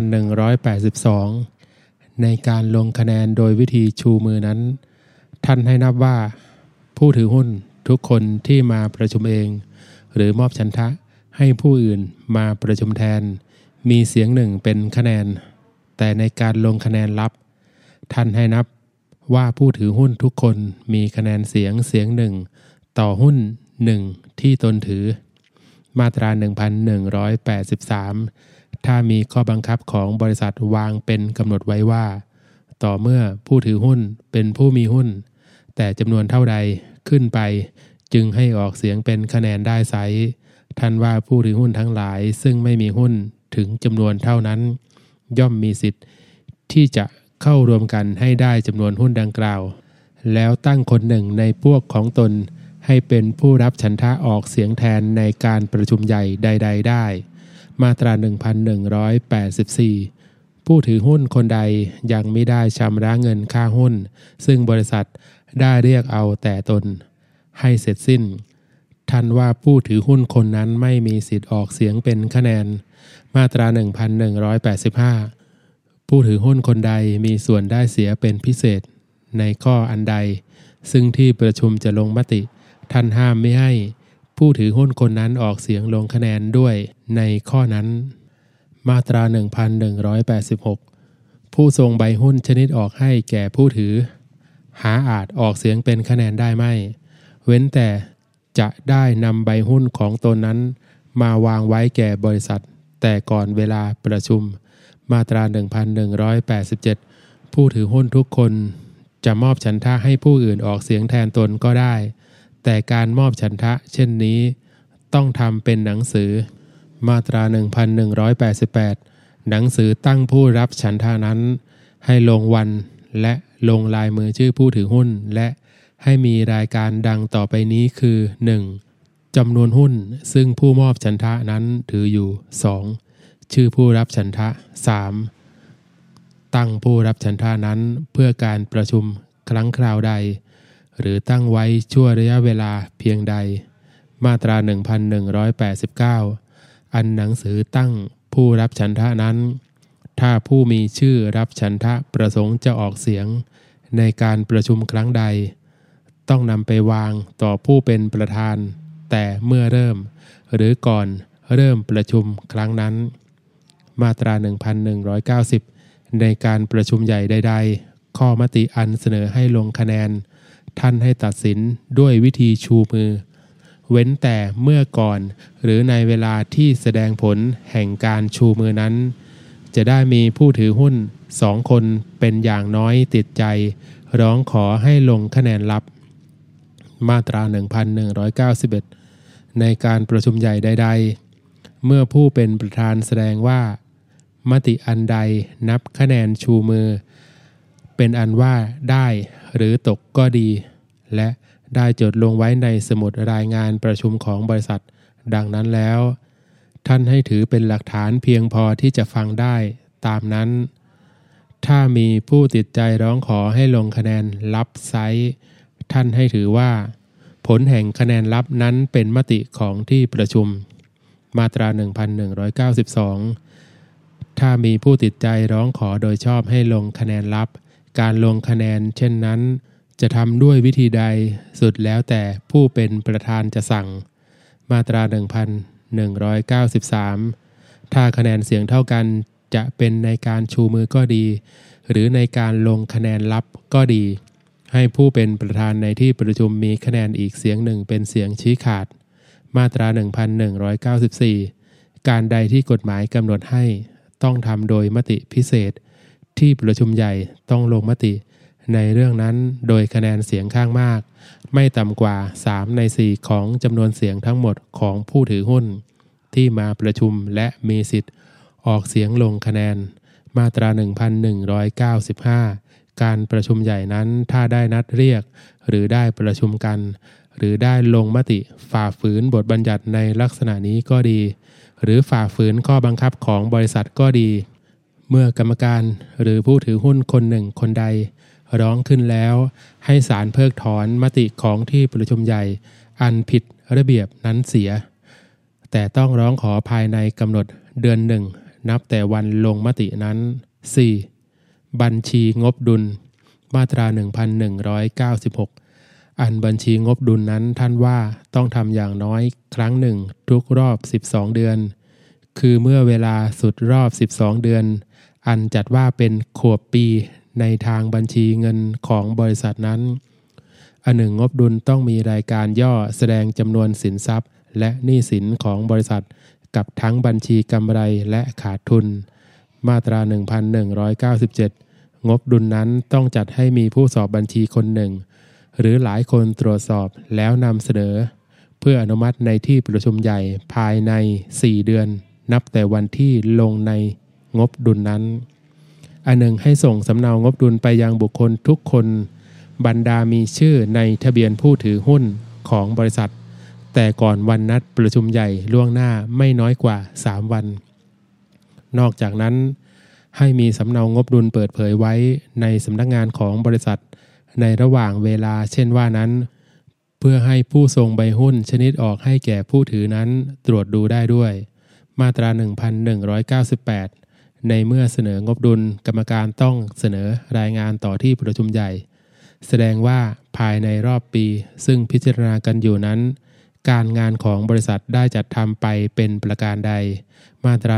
1182 ในการลงคะแนนโดยวิธีชูมือนั้นท่านให้นับว่าผู้ถือหุ้นทุกคนที่มาประชุมเองหรือมอบฉันทะให้ผู้อื่นมาประชุมแทนมีเสียงหนึ่งเป็นคะแนนแต่ในการลงคะแนนลับท่านให้นับว่าผู้ถือหุ้นทุกคนมีคะแนนเสียงหนึ่งต่อหุ้น1ที่ตนถือมาตรา 1183 ถ้ามีข้อบังคับของบริษัทวางเป็นกำหนดไว้ว่าต่อเมื่อผู้ถือหุ้นเป็นผู้มีหุ้นแต่จำนวนเท่าใดขึ้นไปจึงให้ออกเสียงเป็นคะแนนได้ไซร้ท่านว่าผู้ถือหุ้นทั้งหลายซึ่งไม่มีหุ้นถึงจำนวนเท่านั้นย่อมมีสิทธิ์ที่จะเข้ารวมกันให้ได้จำนวนหุ้นดังกล่าวแล้วตั้งคนหนึ่งในพวกของตนให้เป็นผู้รับฉันทะออกเสียงแทนในการประชุมใหญ่ใดๆได้มาตรา 1184 ผู้ถือหุ้นคนใดยังไม่ได้ชำระเงินค่าหุ้นซึ่งบริษัทได้เรียกเอาแต่ตนให้เสร็จสิ้นท่านว่าผู้ถือหุ้นคนนั้นไม่มีสิทธิ์ออกเสียงเป็นคะแนนมาตรา 1185 ผู้ถือหุ้นคนใดมีส่วนได้เสียเป็นพิเศษในข้ออันใดซึ่งที่ประชุมจะลงมติท่านห้ามไม่ให้ผู้ถือหุ้นคนนั้นออกเสียงลงคะแนนด้วยในข้อนั้นมาตรา 1186 ผู้ทรงใบหุ้นชนิดออกให้แก่ผู้ถือหาอาจออกเสียงเป็นคะแนนได้ไม่เว้นแต่จะได้นำใบหุ้นของตนนั้นมาวางไว้แก่บริษัทแต่ก่อนเวลาประชุมมาตรา 1187 ผู้ถือหุ้นทุกคนจะมอบฉันทะให้ผู้อื่นออกเสียงแทนตนก็ได้แต่การมอบฉันทะเช่นนี้ต้องทำเป็นหนังสือมาตรา 1188 หนังสือตั้งผู้รับฉันทะนั้นให้ลงวันและลงลายมือชื่อผู้ถือหุ้นและให้มีรายการดังต่อไปนี้คือ 1. จำนวนหุ้นซึ่งผู้มอบฉันทะนั้นถืออยู่ 2. ชื่อผู้รับฉันทะ 3. ตั้งผู้รับฉันทะนั้นเพื่อการประชุมครั้งคราวใดหรือตั้งไว้ชั่วระยะเวลาเพียงใดมาตรา 1189 อันหนังสือตั้งผู้รับฉันทะนั้นถ้าผู้มีชื่อรับฉันทะประสงค์จะออกเสียงในการประชุมครั้งใดต้องนำไปวางต่อผู้เป็นประธานแต่เมื่อเริ่มหรือก่อนเริ่มประชุมครั้งนั้นมาตรา 1190 ในการประชุมใหญ่ใดๆข้อมติอันเสนอให้ลงคะแนนท่านให้ตัดสินด้วยวิธีชูมือเว้นแต่เมื่อก่อนหรือในเวลาที่แสดงผลแห่งการชูมือนั้นจะได้มีผู้ถือหุ้น2 คนเป็นอย่างน้อยติดใจร้องขอให้ลงคะแนนลับมาตรา 1191 ในการประชุมใหญ่ใดๆเมื่อผู้เป็นประธานแสดงว่ามติอันใดนับคะแนนชูมือเป็นอันว่าได้หรือตกก็ดีและได้จดลงไว้ในสมุดรายงานประชุมของบริษัทดังนั้นแล้วท่านให้ถือเป็นหลักฐานเพียงพอที่จะฟังได้ตามนั้นถ้ามีผู้ติดใจร้องขอให้ลงคะแนนลับไซส์ท่านให้ถือว่าผลแห่งคะแนนลับนั้นเป็นมติของที่ประชุมมาตรา 1192 ถ้ามีผู้ติดใจร้องขอโดยชอบให้ลงคะแนนลับการลงคะแนนเช่นนั้นจะทำด้วยวิธีใดสุดแล้วแต่ผู้เป็นประธานจะสั่งมาตรา 1193 ถ้าคะแนนเสียงเท่ากันจะเป็นในการชูมือก็ดีหรือในการลงคะแนนลับก็ดีให้ผู้เป็นประธานในที่ประชุมมีคะแนนอีกเสียงหนึ่งเป็นเสียงชี้ขาดมาตรา 1194 การใดที่กฎหมายกำหนดให้ต้องทำโดยมติพิเศษที่ประชุมใหญ่ต้องลงมติในเรื่องนั้นโดยคะแนนเสียงข้างมากไม่ต่ำกว่า3 ใน 4ของจำนวนเสียงทั้งหมดของผู้ถือหุ้นที่มาประชุมและมีสิทธิ์ออกเสียงลงคะแนนมาตรา 1195 การประชุมใหญ่นั้นถ้าได้นัดเรียกหรือได้ประชุมกันหรือได้ลงมติฝ่าฝืนบทบัญญัติในลักษณะนี้ก็ดีหรือฝ่าฝืนข้อบังคับของบริษัทก็ดีเมื่อกรรมการหรือผู้ถือหุ้นคนหนึ่งคนใดร้องขึ้นแล้วให้ศาลเพิกถอนมติของที่ประชุมใหญ่อันผิดระเบียบนั้นเสียแต่ต้องร้องขอภายในกำหนดเดือนหนึ่งนับแต่วันลงมตินั้น 4. บัญชีงบดุลมาตรา 1196 อันบัญชีงบดุลนั้นท่านว่าต้องทำอย่างน้อยครั้งหนึ่งทุกรอบ12 เดือนคือเมื่อเวลาสุดรอบ12 เดือนอันจัดว่าเป็นขวบปีในทางบัญชีเงินของบริษัทนั้นอันหนึ่งงบดุลต้องมีรายการย่อแสดงจำนวนสินทรัพย์และหนี้สินของบริษัทกับทั้งบัญชีกำไรและขาดทุนมาตรา 1197 งบดุลนั้นต้องจัดให้มีผู้สอบบัญชีคนหนึ่งหรือหลายคนตรวจสอบแล้วนำเสนอเพื่ออนุมัติในที่ประชุมใหญ่ภายใน4 เดือนนับแต่วันที่ลงในงบดุลนั้นอันหนึ่งให้ส่งสำเนางบดุลไปยังบุคคลทุกคนบรรดามีชื่อในทะเบียนผู้ถือหุ้นของบริษัทแต่ก่อนวันนัดประชุมใหญ่ล่วงหน้าไม่น้อยกว่า3 วันนอกจากนั้นให้มีสำเนางบดุลเปิดเผยไว้ในสำนักงานของบริษัทในระหว่างเวลาเช่นว่านั้นเพื่อให้ผู้ส่งใบหุ้นชนิดออกให้แก่ผู้ถือนั้นตรวจดูได้ด้วยมาตรา 1198 ในเมื่อเสนองบดุลกรรมการต้องเสนอรายงานต่อที่ประชุมใหญ่แสดงว่าภายในรอบปีซึ่งพิจารณากันอยู่นั้นการงานของบริษัทได้จัดทำไปเป็นประการใดมาตรา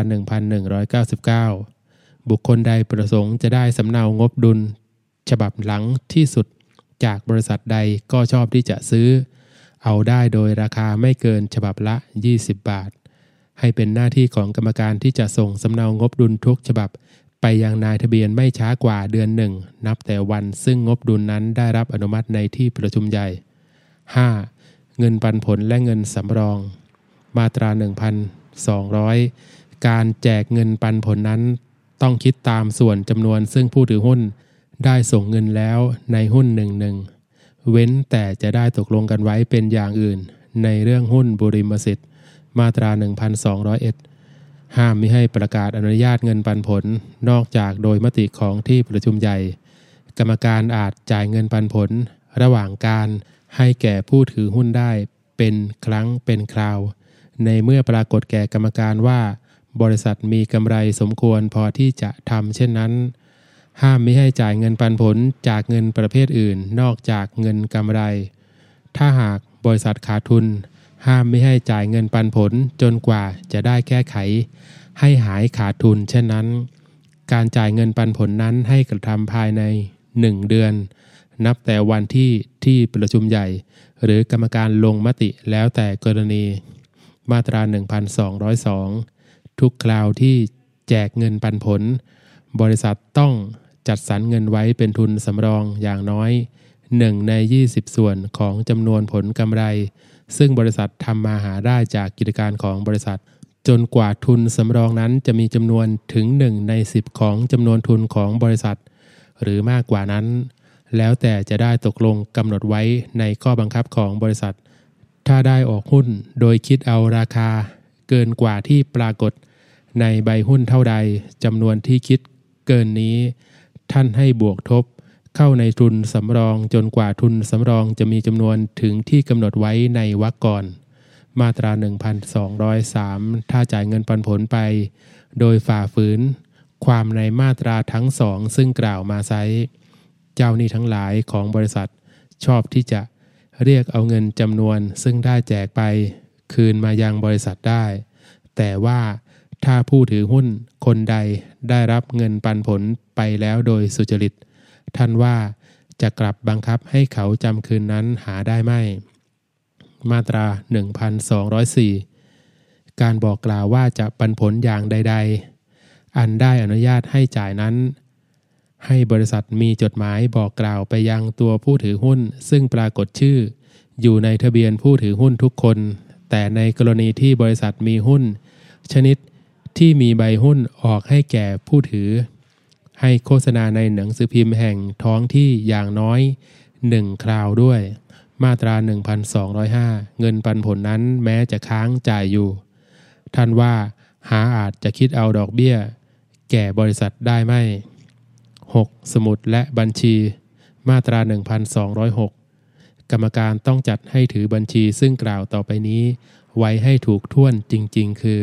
1199 บุคคลใดประสงค์จะได้สำเนางบดุลฉบับหลังที่สุดจากบริษัทใดก็ชอบที่จะซื้อเอาได้โดยราคาไม่เกินฉบับละ20 บาทให้เป็นหน้าที่ของกรรมการที่จะส่งสำเนางบดุลทุกฉบับไปยังนายทะเบียนไม่ช้ากว่าเดือนหนึ่งนับแต่วันซึ่งงบดุลนั้นได้รับอนุมัติในที่ประชุมใหญ่ 5. เงินปันผลและเงินสำรองมาตรา 1,200 การแจกเงินปันผลนั้นต้องคิดตามส่วนจำนวนซึ่งผู้ถือหุ้นได้ส่งเงินแล้วในหุ้นหนึ่งเว้นแต่จะได้ตกลงกันไว้เป็นอย่างอื่นในเรื่องหุ้นบุริมสิทธิ์มาตรา 1,201 ห้ามมิให้ประกาศอนุญาตเงินปันผลนอกจากโดยมติของที่ประชุมใหญ่กรรมการอาจจ่ายเงินปันผลระหว่างการให้แก่ผู้ถือหุ้นได้เป็นครั้งเป็นคราวในเมื่อปรากฏแก่กรรมการว่าบริษัทมีกำไรสมควรพอที่จะทำเช่นนั้นห้ามมิให้จ่ายเงินปันผลจากเงินประเภทอื่นนอกจากเงินกำไรถ้าหากบริษัทขาดทุนห้ามไม่ให้จ่ายเงินปันผลจนกว่าจะได้แก้ไขให้หายขาดทุนเช่นนั้นการจ่ายเงินปันผลนั้นให้กระทำภายใน1เดือนนับแต่วันที่ประชุมใหญ่หรือกรรมการลงมติแล้วแต่กรณีมาตรา 1,202 ทุกคราวที่แจกเงินปันผลบริษัทต้องจัดสรรเงินไว้เป็นทุนสำรองอย่างน้อย1ใน20ส่วนของจำนวนผลกำไรซึ่งบริษัททำมาหาได้จากกิจการของบริษัทจนกว่าทุนสำรองนั้นจะมีจำนวนถึง1ใน10ของจำนวนทุนของบริษัทหรือมากกว่านั้นแล้วแต่จะได้ตกลงกำหนดไว้ในข้อบังคับของบริษัทถ้าได้ออกหุ้นโดยคิดเอาราคาเกินกว่าที่ปรากฏในใบหุ้นเท่าใดจำนวนที่คิดเกินนี้ท่านให้บวกทบเข้าในทุนสำรองจนกว่าทุนสำรองจะมีจำนวนถึงที่กำหนดไว้ในวรรคก่อนมาตรา 1,203 ถ้าจ่ายเงินปันผลไปโดยฝ่าฝืนความในมาตราทั้งสองซึ่งกล่าวมาไซเจ้าหนี้ทั้งหลายของบริษัทชอบที่จะเรียกเอาเงินจำนวนซึ่งได้แจกไปคืนมายังบริษัทได้แต่ว่าถ้าผู้ถือหุ้นคนใดได้รับเงินปันผลไปแล้วโดยสุจริตท่านว่าจะกลับบังคับให้เขาจำคืนนั้นหาได้ไหมมาตรา 1,204 การบอกกล่าวว่าจะปันผลอย่างใดๆอันได้อนุญาตให้จ่ายนั้นให้บริษัทมีจดหมายบอกกล่าวไปยังตัวผู้ถือหุ้นซึ่งปรากฏชื่ออยู่ในทะเบียนผู้ถือหุ้นทุกคนแต่ในกรณีที่บริษัทมีหุ้นชนิดที่มีใบหุ้นออกให้แก่ผู้ถือให้โฆษณาในหนังสือพิมพ์แห่งท้องที่อย่างน้อย1คราวด้วยมาตรา 1,205 เงินปันผลนั้นแม้จะค้างจ่ายอยู่ท่านว่าหาอาจจะคิดเอาดอกเบี้ยแก่บริษัทได้ไหม 6. สมุดและบัญชีมาตรา 1,206 กรรมการต้องจัดให้ถือบัญชีซึ่งกล่าวต่อไปนี้ไว้ให้ถูกถ้วนจริงๆคือ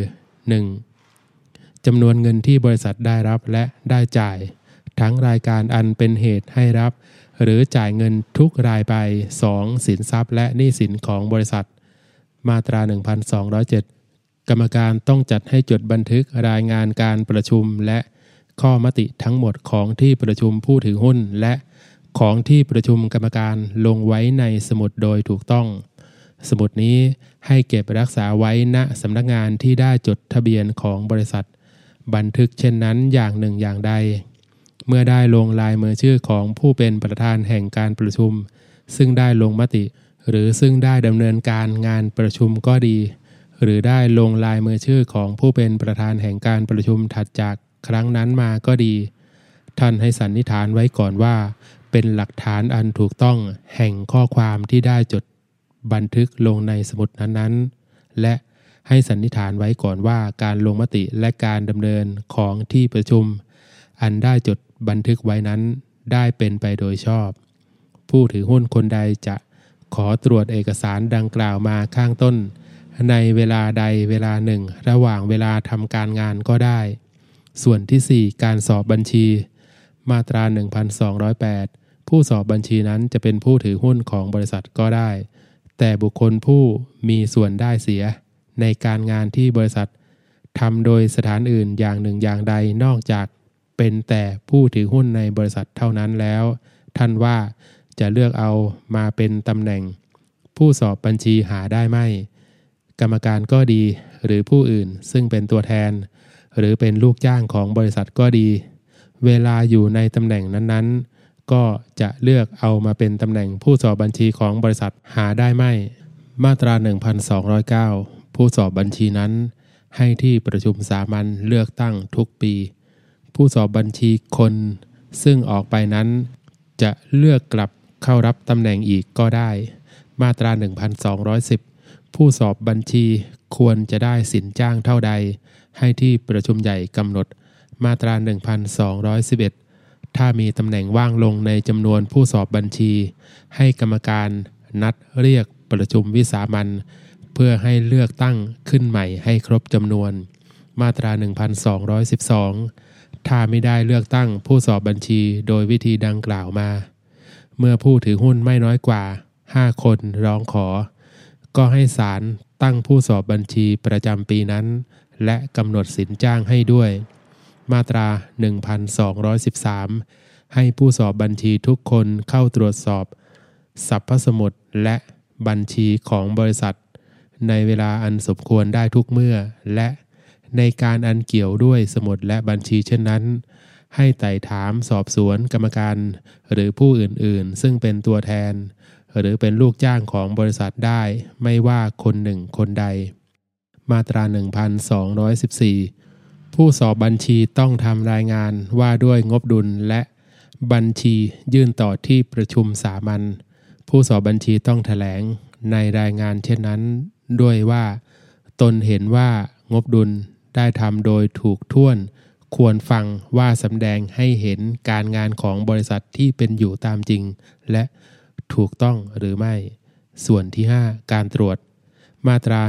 1. จำนวนเงินที่บริษัทได้รับและได้จ่ายทั้งรายการอันเป็นเหตุให้รับหรือจ่ายเงินทุกรายไป 2. สินทรัพย์และหนี้สินของบริษัทมาตรา 1,207 กรรมการต้องจัดให้จดบันทึกรายงานการประชุมและข้อมติทั้งหมดของที่ประชุมผู้ถือหุ้นและของที่ประชุมกรรมการลงไว้ในสมุดโดยถูกต้องสมุดนี้ให้เก็บรักษาไว้ณสำนักงานที่ได้จดทะเบียนของบริษัทบันทึกเช่นนั้นอย่างหนึ่งอย่างใดเมื่อได้ลงลายมือชื่อของผู้เป็นประธานแห่งการประชุมซึ่งได้ลงมติหรือซึ่งได้ดำเนินการงานประชุมก็ดีหรือได้ลงลายมือชื่อของผู้เป็นประธานแห่งการประชุมถัดจากครั้งนั้นมาก็ดีท่านให้สันนิษฐานไว้ก่อนว่าเป็นหลักฐานอันถูกต้องแห่งข้อความที่ได้จดบันทึกลงในสมุดนั้นๆและให้สันนิษฐานไว้ก่อนว่าการลงมติและการดำเนินของที่ประชุมอันได้จดบันทึกไว้นั้นได้เป็นไปโดยชอบผู้ถือหุ้นคนใดจะขอตรวจเอกสารดังกล่าวมาข้างต้นในเวลาใดเวลาหนึ่งระหว่างเวลาทำการงานก็ได้ส่วนที่ 4 การสอบบัญชีมาตรา 1,208 ผู้สอบบัญชีนั้นจะเป็นผู้ถือหุ้นของบริษัทก็ได้แต่บุคคลผู้มีส่วนได้เสียในการงานที่บริษัททำโดยสถานอื่นอย่างหนึ่งอย่างใดนอกจากเป็นแต่ผู้ถือหุ้นในบริษัทเท่านั้นแล้วท่านว่าจะเลือกเอามาเป็นตำแหน่งผู้สอบบัญชีหาได้ไหมกรรมการก็ดีหรือผู้อื่นซึ่งเป็นตัวแทนหรือเป็นลูกจ้างของบริษัทก็ดีเวลาอยู่ในตำแหน่งนั้นๆก็จะเลือกเอามาเป็นตำแหน่งผู้สอบบัญชีของบริษัทหาได้ไม่มาตรา 1209 ผู้สอบบัญชีนั้นให้ที่ประชุมสามัญเลือกตั้งทุกปีผู้สอบบัญชีคนซึ่งออกไปนั้นจะเลือกกลับเข้ารับตำแหน่งอีกก็ได้มาตรา 1210 ผู้สอบบัญชีควรจะได้สินจ้างเท่าใดให้ที่ประชุมใหญ่กำหนดมาตรา 1211 ถ้ามีตำแหน่งว่างลงในจำนวนผู้สอบบัญชีให้กรรมการนัดเรียกประชุมวิสามัญเพื่อให้เลือกตั้งขึ้นใหม่ให้ครบจำนวนมาตรา 1212 ถ้าไม่ได้เลือกตั้งผู้สอบบัญชีโดยวิธีดังกล่าวมาเมื่อผู้ถือหุ้นไม่น้อยกว่า5คนร้องขอก็ให้ศาลตั้งผู้สอบบัญชีประจำปีนั้นและกำหนดสินจ้างให้ด้วยมาตรา 1213 ให้ผู้สอบบัญชีทุกคนเข้าตรวจสอบสรรพสมุดและบัญชีของบริษัทในเวลาอันสมควรได้ทุกเมื่อและในการอันเกี่ยวด้วยสมุดและบัญชีเช่นนั้นให้ไต่ถามสอบสวนกรรมการหรือผู้อื่นๆซึ่งเป็นตัวแทนหรือเป็นลูกจ้างของบริษัทได้ไม่ว่าคนหนึ่งคนใดมาตรา 1214 ผู้สอบบัญชีต้องทำรายงานว่าด้วยงบดุลและบัญชียื่นต่อที่ประชุมสามัญผู้สอบบัญชีต้องแถลงในรายงานเช่นนั้นด้วยว่าตนเห็นว่างบดุลได้ทำโดยถูกถ้วนควรฟังว่าสำแดงให้เห็นการงานของบริษัทที่เป็นอยู่ตามจริงและถูกต้องหรือไม่ส่วนที่ 5 การตรวจมาตรา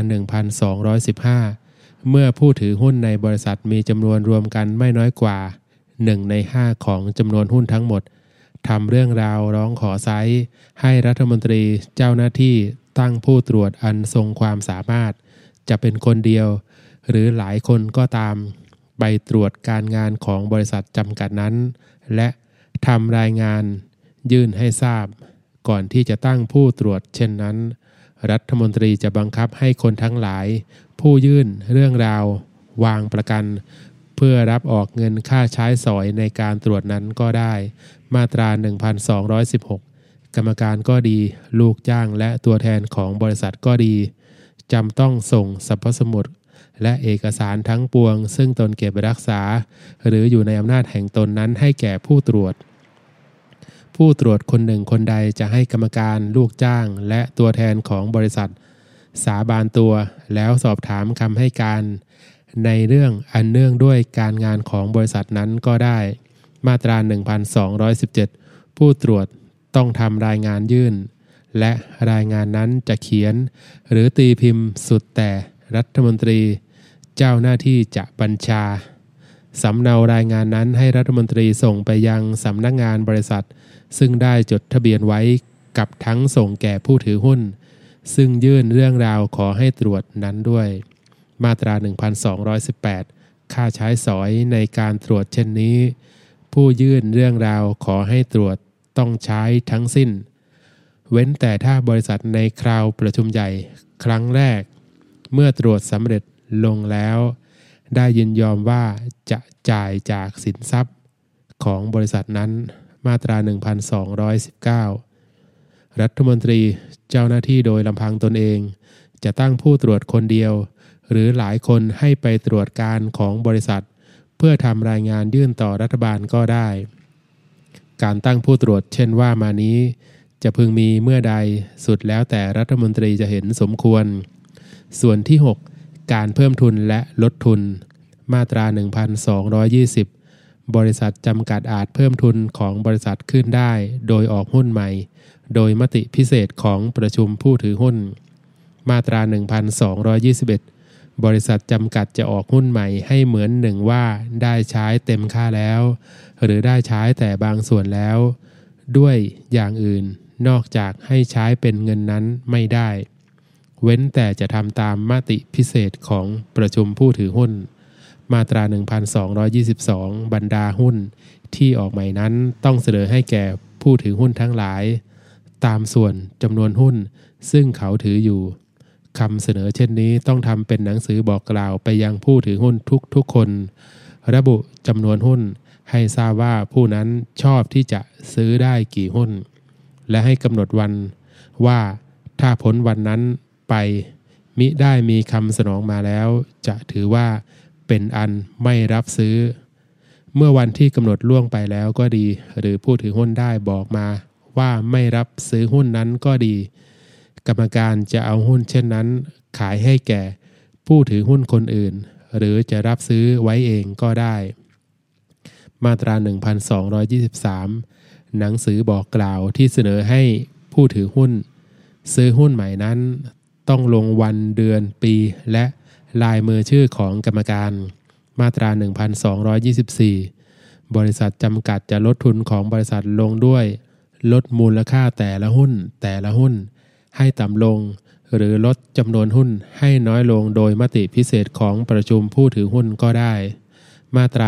1215 เมื่อผู้ถือหุ้นในบริษัทมีจำนวนรวมกันไม่น้อยกว่า1 ใน 5ของจำนวนหุ้นทั้งหมดทำเรื่องราวร้องขอไซส์ให้รัฐมนตรีเจ้าหน้าที่ตั้งผู้ตรวจอันทรงความสามารถจะเป็นคนเดียวหรือหลายคนก็ตามไปตรวจการงานของบริษัทจำกัดนั้นและทำรายงานยื่นให้ทราบก่อนที่จะตั้งผู้ตรวจเช่นนั้นรัฐมนตรีจะบังคับให้คนทั้งหลายผู้ยื่นเรื่องราววางประกันเพื่อรับออกเงินค่าใช้สอยในการตรวจนั้นก็ได้มาตรา 1216 กรรมการก็ดีลูกจ้างและตัวแทนของบริษัทก็ดีจำต้องส่งสรรพสมุดและเอกสารทั้งปวงซึ่งตนเก็บรักษาหรืออยู่ในอำนาจแห่งตนนั้นให้แก่ผู้ตรวจผู้ตรวจคนหนึ่งคนใดจะให้กรรมการลูกจ้างและตัวแทนของบริษัทสาบานตัวแล้วสอบถามคำให้การในเรื่องอันเนื่องด้วยการงานของบริษัทนั้นก็ได้มาตรา 1217 ผู้ตรวจต้องทำรายงานยื่นและรายงานนั้นจะเขียนหรือตีพิมพ์สุดแต่รัฐมนตรีเจ้าหน้าที่จะบัญชาสำเนารายงานนั้นให้รัฐมนตรีส่งไปยังสำนักงานบริษัทซึ่งได้จดทะเบียนไว้กับทั้งส่งแก่ผู้ถือหุ้นซึ่งยื่นเรื่องราวขอให้ตรวจนั้นด้วยมาตรา 1218 ค่าใช้สอยในการตรวจเช่นนี้ผู้ยื่นเรื่องราวขอให้ตรวจต้องใช้ทั้งสิ้นเว้นแต่ถ้าบริษัทในคราวประชุมใหญ่ครั้งแรกเมื่อตรวจสำเร็จลงแล้วได้ยินยอมว่าจะจ่ายจากสินทรัพย์ของบริษัทนั้นมาตรา 1219 รัฐมนตรีเจ้าหน้าที่โดยลำพังตนเองจะตั้งผู้ตรวจคนเดียวหรือหลายคนให้ไปตรวจการของบริษัทเพื่อทำรายงานยื่นต่อรัฐบาลก็ได้การตั้งผู้ตรวจเช่นว่ามานี้จะพึงมีเมื่อใดสุดแล้วแต่รัฐมนตรีจะเห็นสมควรส่วนที่ 6 การเพิ่มทุนและลดทุนมาตรา 1220 บริษัทจำกัดอาจเพิ่มทุนของบริษัทขึ้นได้โดยออกหุ้นใหม่โดยมติพิเศษของประชุมผู้ถือหุ้นมาตรา 1221 บริษัทจำกัดจะออกหุ้นใหม่ให้เหมือนหนึ่งว่าได้ใช้เต็มค่าแล้วหรือได้ใช้แต่บางส่วนแล้วด้วยอย่างอื่นนอกจากให้ใช้เป็นเงินนั้นไม่ได้เว้นแต่จะทำตามมติพิเศษของประชุมผู้ถือหุ้นมาตรา 1222 บรรดาหุ้นที่ออกใหม่นั้นต้องเสนอให้แก่ผู้ถือหุ้นทั้งหลายตามส่วนจำนวนหุ้นซึ่งเขาถืออยู่คำเสนอเช่นนี้ต้องทำเป็นหนังสือบอกกล่าวไปยังผู้ถือหุ้นทุกคนระบุจำนวนหุ้นให้ทราบว่าผู้นั้นชอบที่จะซื้อได้กี่หุ้นและให้กำหนดวันว่าถ้าพ้นวันนั้นไปมิได้มีคำสนองมาแล้วจะถือว่าเป็นอันไม่รับซื้อเมื่อวันที่กำหนดล่วงไปแล้วก็ดีหรือผู้ถือหุ้นได้บอกมาว่าไม่รับซื้อหุ้นนั้นก็ดีกรรมการจะเอาหุ้นเช่นนั้นขายให้แก่ผู้ถือหุ้นคนอื่นหรือจะรับซื้อไว้เองก็ได้มาตรา 1223 หนังสือบอกกล่าวที่เสนอให้ผู้ถือหุ้นซื้อหุ้นใหม่นั้นต้องลงวันเดือนปีและลายมือชื่อของกรรมการมาตรา 1224 บริษัทจำกัดจะลดทุนของบริษัทลงด้วยลดมูลค่าแต่ละหุ้นให้ต่ำลงหรือลดจำนวนหุ้นให้น้อยลงโดยมติพิเศษของประชุมผู้ถือหุ้นก็ได้มาตรา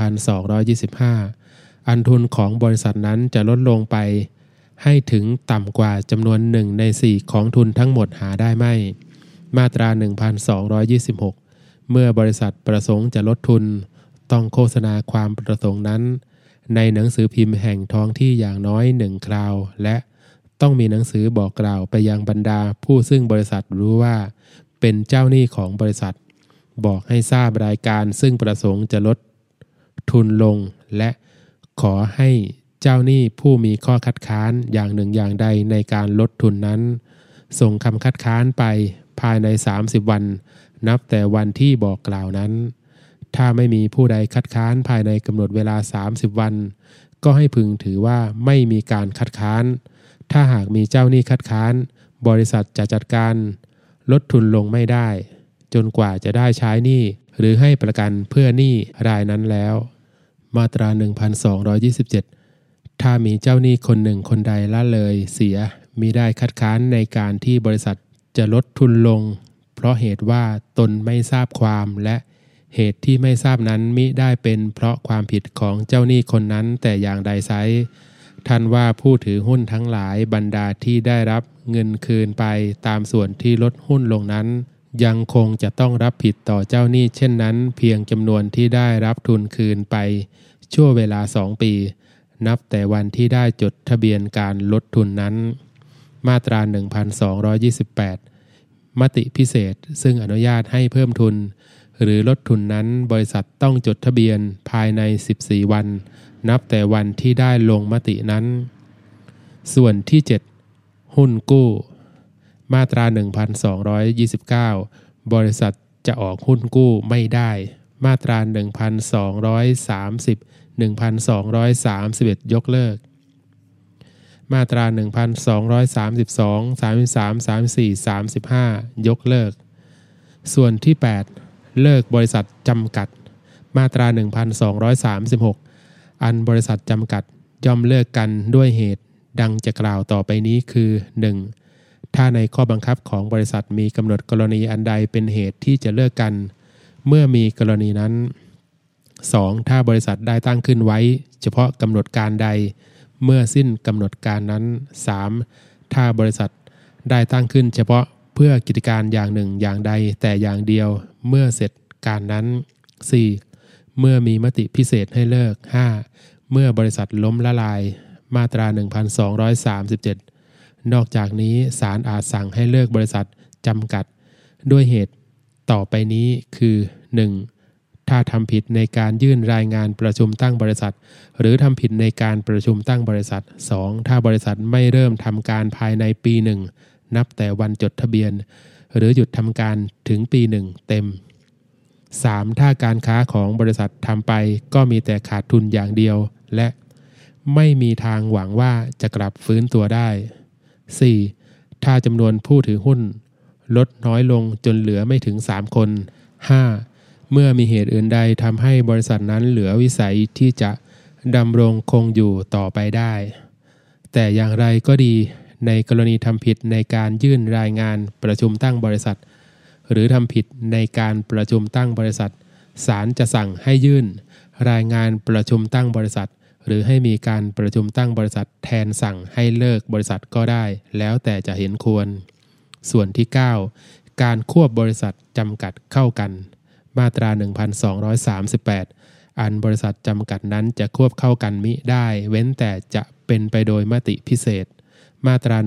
1225 อันทุนของบริษัทนั้นจะลดลงไปให้ถึงต่ำกว่าจำนวน1 ใน 4ของทุนทั้งหมดหาได้ไม่มาตรา 1226 เมื่อบริษัทประสงค์จะลดทุนต้องโฆษณาความประสงค์นั้นในหนังสือพิมพ์แห่งท้องที่อย่างน้อย1 คราวและต้องมีหนังสือบอกกล่าวไปยังบรรดาผู้ซึ่งบริษัทรู้ว่าเป็นเจ้าหนี้ของบริษัทบอกให้ทราบรายการซึ่งประสงค์จะลดทุนลงและขอให้เจ้าหนี้ผู้มีข้อคัดค้านอย่างหนึ่งอย่างใดในการลดทุนนั้นส่งคำคัดค้านไปภายใน30 วันนับแต่วันที่บอกกล่าวนั้นถ้าไม่มีผู้ใดคัดค้านภายในกำหนดเวลา30 วันก็ให้พึงถือว่าไม่มีการคัดค้านถ้าหากมีเจ้าหนี้คัดค้านบริษัทจะจัดการลดทุนลงไม่ได้จนกว่าจะได้ใช้หนี้หรือให้ประกันเพื่อหนี้รายนั้นแล้วมาตรา 1227 ถ้ามีเจ้าหนี้คนหนึ่งคนใดละเลยเสียมิได้คัดค้านในการที่บริษัทจะลดทุนลงเพราะเหตุว่าตนไม่ทราบความและเหตุที่ไม่ทราบนั้นมิได้เป็นเพราะความผิดของเจ้าหนี้คนนั้นแต่อย่างใดไซร้ท่านว่าผู้ถือหุ้นทั้งหลายบรรดาที่ได้รับเงินคืนไปตามส่วนที่ลดหุ้นลงนั้นยังคงจะต้องรับผิดต่อเจ้าหนี้เช่นนั้นเพียงจำนวนที่ได้รับทุนคืนไปชั่วเวลา2 ปีนับแต่วันที่ได้จดทะเบียนการลดทุนนั้นมาตรา 1228 มติพิเศษซึ่งอนุญาตให้เพิ่มทุนหรือลดทุนนั้นบริษัทต้องจดทะเบียนภายใน14 วันนับแต่วันที่ได้ลงมตินั้นส่วนที่7หุ้นกู้มาตรา 1229 บริษัทจะออกหุ้นกู้ไม่ได้มาตรา 1230 1231 ยกเลิกมาตรา 1232 33 34 35 ยกเลิกส่วนที่8เลิกบริษัทจำกัดมาตรา 1236 อันบริษัทจำกัดย่อมเลิกกันด้วยเหตุดังจะกล่าวต่อไปนี้คือ 1. ถ้าในข้อบังคับของบริษัทมีกำหนดกรณีอันใดเป็นเหตุที่จะเลิกกันเมื่อมีกรณีนั้น 2. ถ้าบริษัทได้ตั้งขึ้นไว้เฉพาะกำหนดการใดเมื่อสิ้นกำหนดการนั้น 3. ถ้าบริษัทได้ตั้งขึ้นเฉพาะเพื่อกิจการอย่างหนึ่งอย่างใดแต่อย่างเดียวเมื่อเสร็จการนั้น 4. เมื่อมีมติพิเศษให้เลิก 5. เมื่อบริษัทล้มละลายมาตรา 1237 นอกจากนี้ศาลอาจสั่งให้เลิกบริษัทจำกัดด้วยเหตุต่อไปนี้คือ 1. ถ้าทำผิดในการยื่นรายงานประชุมตั้งบริษัทหรือทำผิดในการประชุมตั้งบริษัท 2. ถ้าบริษัทไม่เริ่มทำการภายในปี 1นับแต่วันจดทะเบียนหรือหยุดทำการถึงปี 1เต็ม 3. ถ้าการค้าของบริษัททำไปก็มีแต่ขาดทุนอย่างเดียวและไม่มีทางหวังว่าจะกลับฟื้นตัวได้ 4. ถ้าจำนวนผู้ถือหุ้นลดน้อยลงจนเหลือไม่ถึง3 คน 5. เมื่อมีเหตุอื่นใดทำให้บริษัทนั้นเหลือวิสัยที่จะดำรงคงอยู่ต่อไปได้แต่อย่างไรก็ดีในกรณีทำผิดในการยื่นรายงานประชุมตั้งบริษัทหรือทำผิดในการประชุมตั้งบริษัทศาลจะสั่งให้ยื่นรายงานประชุมตั้งบริษัทหรือให้มีการประชุมตั้งบริษัทแทนสั่งให้เลิกบริษัทก็ได้แล้วแต่จะเห็นควรส่วนที่ 9 การควบบริษัทจำกัดเข้ากันมาตรา 1238 อันบริษัทจำกัดนั้นจะควบเข้ากันมิได้เว้นแต่จะเป็นไปโดยมติพิเศษมาตรา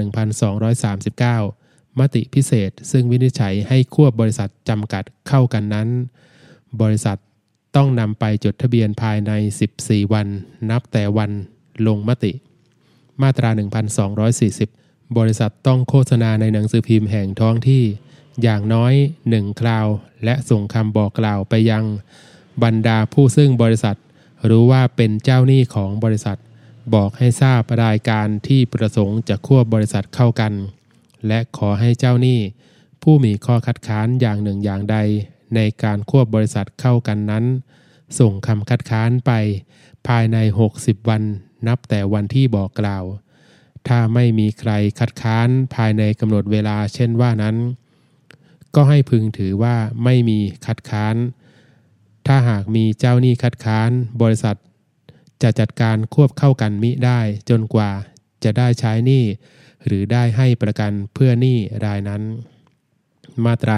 1239 มติพิเศษซึ่งวินิจฉัยให้ควบบริษัทจำกัดเข้ากันนั้นบริษัทต้องนำไปจดทะเบียนภายใน14วันนับแต่วันลงมติมาตรา 1240 บริษัทต้องโฆษณาในหนังสือพิมพ์แห่งท้องที่อย่างน้อย1คราวและส่งคำบอกกล่าวไปยังบรรดาผู้ซึ่งบริษัทรู้ว่าเป็นเจ้าหนี้ของบริษัทบอกให้ทราบรายการที่ประสงค์จะควบบริษัทเข้ากันและขอให้เจ้าหนี้ผู้มีข้อคัดค้านอย่างหนึ่งอย่างใดในการควบบริษัทเข้ากันนั้นส่งคำคัดค้านไปภายใน60วันนับแต่วันที่บอกกล่าวถ้าไม่มีใครคัดค้านภายในกำหนดเวลาเช่นว่านั้นก็ให้พึงถือว่าไม่มีคัดค้านถ้าหากมีเจ้าหนี้คัดค้านบริษัทจะจัดการควบเข้ากันมิได้จนกว่าจะได้ใช้หนี้หรือได้ให้ประกันเพื่อหนี้รายนั้นมาตรา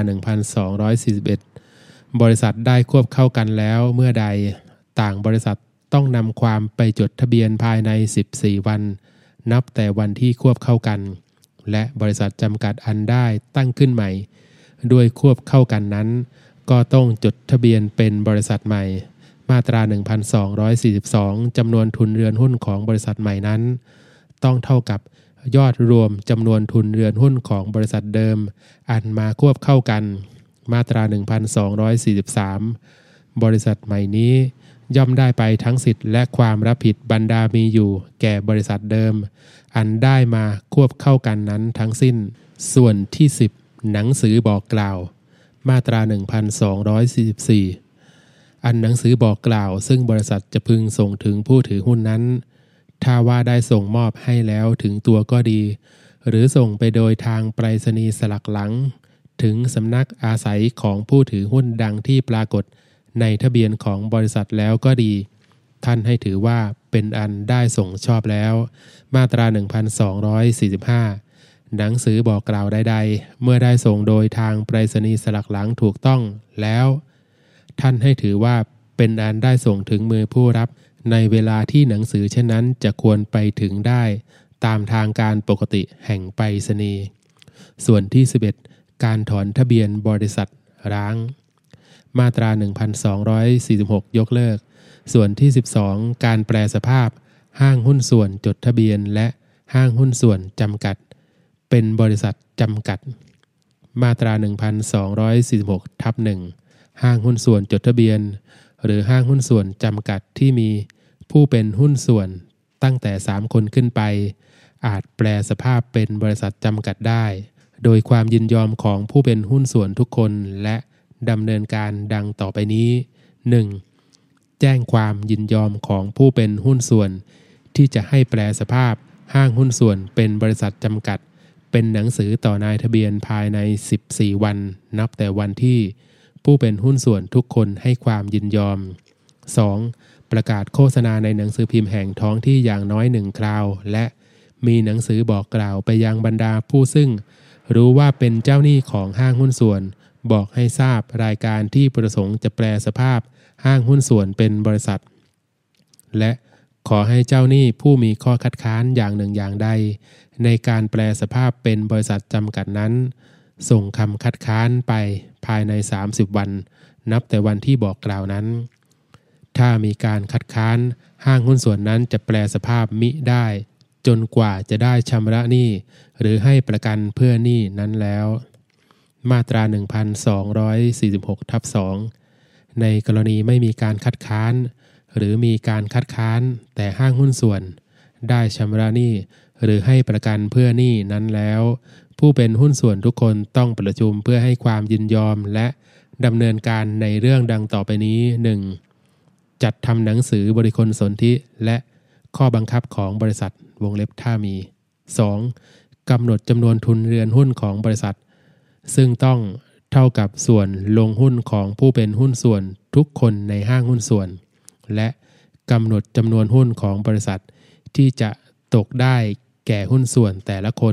1241 บริษัทได้ควบเข้ากันแล้วเมื่อใดต่างบริษัทต้องนำความไปจดทะเบียนภายใน14วันนับแต่วันที่ควบเข้ากันและบริษัทจำกัดอันได้ตั้งขึ้นใหม่ด้วยควบเข้ากันนั้นก็ต้องจดทะเบียนเป็นบริษัทใหม่มาตรา 1242 จำนวนทุนเรือนหุ้นของบริษัทใหม่นั้นต้องเท่ากับยอดรวมจำนวนทุนเรือนหุ้นของบริษัทเดิมอันมาควบเข้ากันมาตรา 1243 บริษัทใหม่นี้ย่อมได้ไปทั้งสิทธิ์และความรับผิดบรรดามีอยู่แก่บริษัทเดิมอันได้มาควบเข้ากันนั้นทั้งสิ้นส่วนที่10หนังสือบอกกล่าวมาตรา 1244 อันหนังสือบอกกล่าวซึ่งบริษัทจะพึงส่งถึงผู้ถือหุ้นนั้นถ้าว่าได้ส่งมอบให้แล้วถึงตัวก็ดีหรือส่งไปโดยทางไปรษณีย์สลักหลังถึงสำนักอาศัยของผู้ถือหุ้นดังที่ปรากฏในทะเบียนของบริษัทแล้วก็ดีท่านให้ถือว่าเป็นอันได้ส่งชอบแล้วมาตรา 1245 หนังสือบอกกล่าวใดๆเมื่อได้ส่งโดยทางไปรษณีย์สลักหลังถูกต้องแล้วท่านให้ถือว่าเป็นอันได้ส่งถึงมือผู้รับในเวลาที่หนังสือเช่นนั้นจะควรไปถึงได้ตามทางการปกติแห่งไปรษณีย์ส่วนที่11การถอนทะเบียนบริษัทร้างมาตรา 1246 ยกเลิกส่วนที่12การแปรสภาพห้างหุ้นส่วนจดทะเบียนและห้างหุ้นส่วนจำกัดเป็นบริษัทจำกัดมาตรา 1246/1 ห้างหุ้นส่วนจดทะเบียนหรือห้างหุ้นส่วนจำกัดที่มีผู้เป็นหุ้นส่วนตั้งแต่3คนขึ้นไปอาจแปรสภาพเป็นบริษัทจำกัดได้โดยความยินยอมของผู้เป็นหุ้นส่วนทุกคนและดำเนินการดังต่อไปนี้ 1. แจ้งความยินยอมของผู้เป็นหุ้นส่วนที่จะให้แปรสภาพห้างหุ้นส่วนเป็นบริษัทจำกัดเป็นหนังสือต่อนายทะเบียนภายใน14วันนับแต่วันที่ผู้เป็นหุ้นส่วนทุกคนให้ความยินยอม 2. ประกาศโฆษณาในหนังสือพิมพ์แห่งท้องที่อย่างน้อย1คราวและมีหนังสือบอกกล่าวไปยังบรรดาผู้ซึ่งรู้ว่าเป็นเจ้าหนี้ของห้างหุ้นส่วนบอกให้ทราบรายการที่ประสงค์จะแปลสภาพห้างหุ้นส่วนเป็นบริษัทและขอให้เจ้าหนี้ผู้มีข้อคัดค้านอย่างหนึ่งอย่างใดในการแปลสภาพเป็นบริษัทจำกัดนั้นส่งคำคัดค้านไปภายใน30วันนับแต่วันที่บอกกล่าวนั้นถ้ามีการคัดค้านห้างหุ้นส่วนนั้นจะแปลสภาพมิได้จนกว่าจะได้ชำระหนี้หรือให้ประกันเพื่อหนี้นั้นแล้วมาตรา 1246/2 ในกรณีไม่มีการคัดค้านหรือมีการคัดค้านแต่ห้างหุ้นส่วนได้ชำระหนี้หรือให้ประกันเพื่อหนี้นั้นแล้วผู้เป็นหุ้นส่วนทุกคนต้องประชุมเพื่อให้ความยินยอมและดำเนินการในเรื่องดังต่อไปนี้ 1. จัดทำหนังสือบริคลสนธิและข้อบังคับของบริษัทวงเล็บถ้ามี 2. กำหนดจำนวนทุนเรือนหุ้นของบริษัทซึ่งต้องเท่ากับส่วนลงหุ้นของผู้เป็นหุ้นส่วนทุกคนในห้างหุ้นส่วนและกำหนดจำนวนหุ้นของบริษัทที่จะตกได้แก่หุ้นส่วนแต่ละคน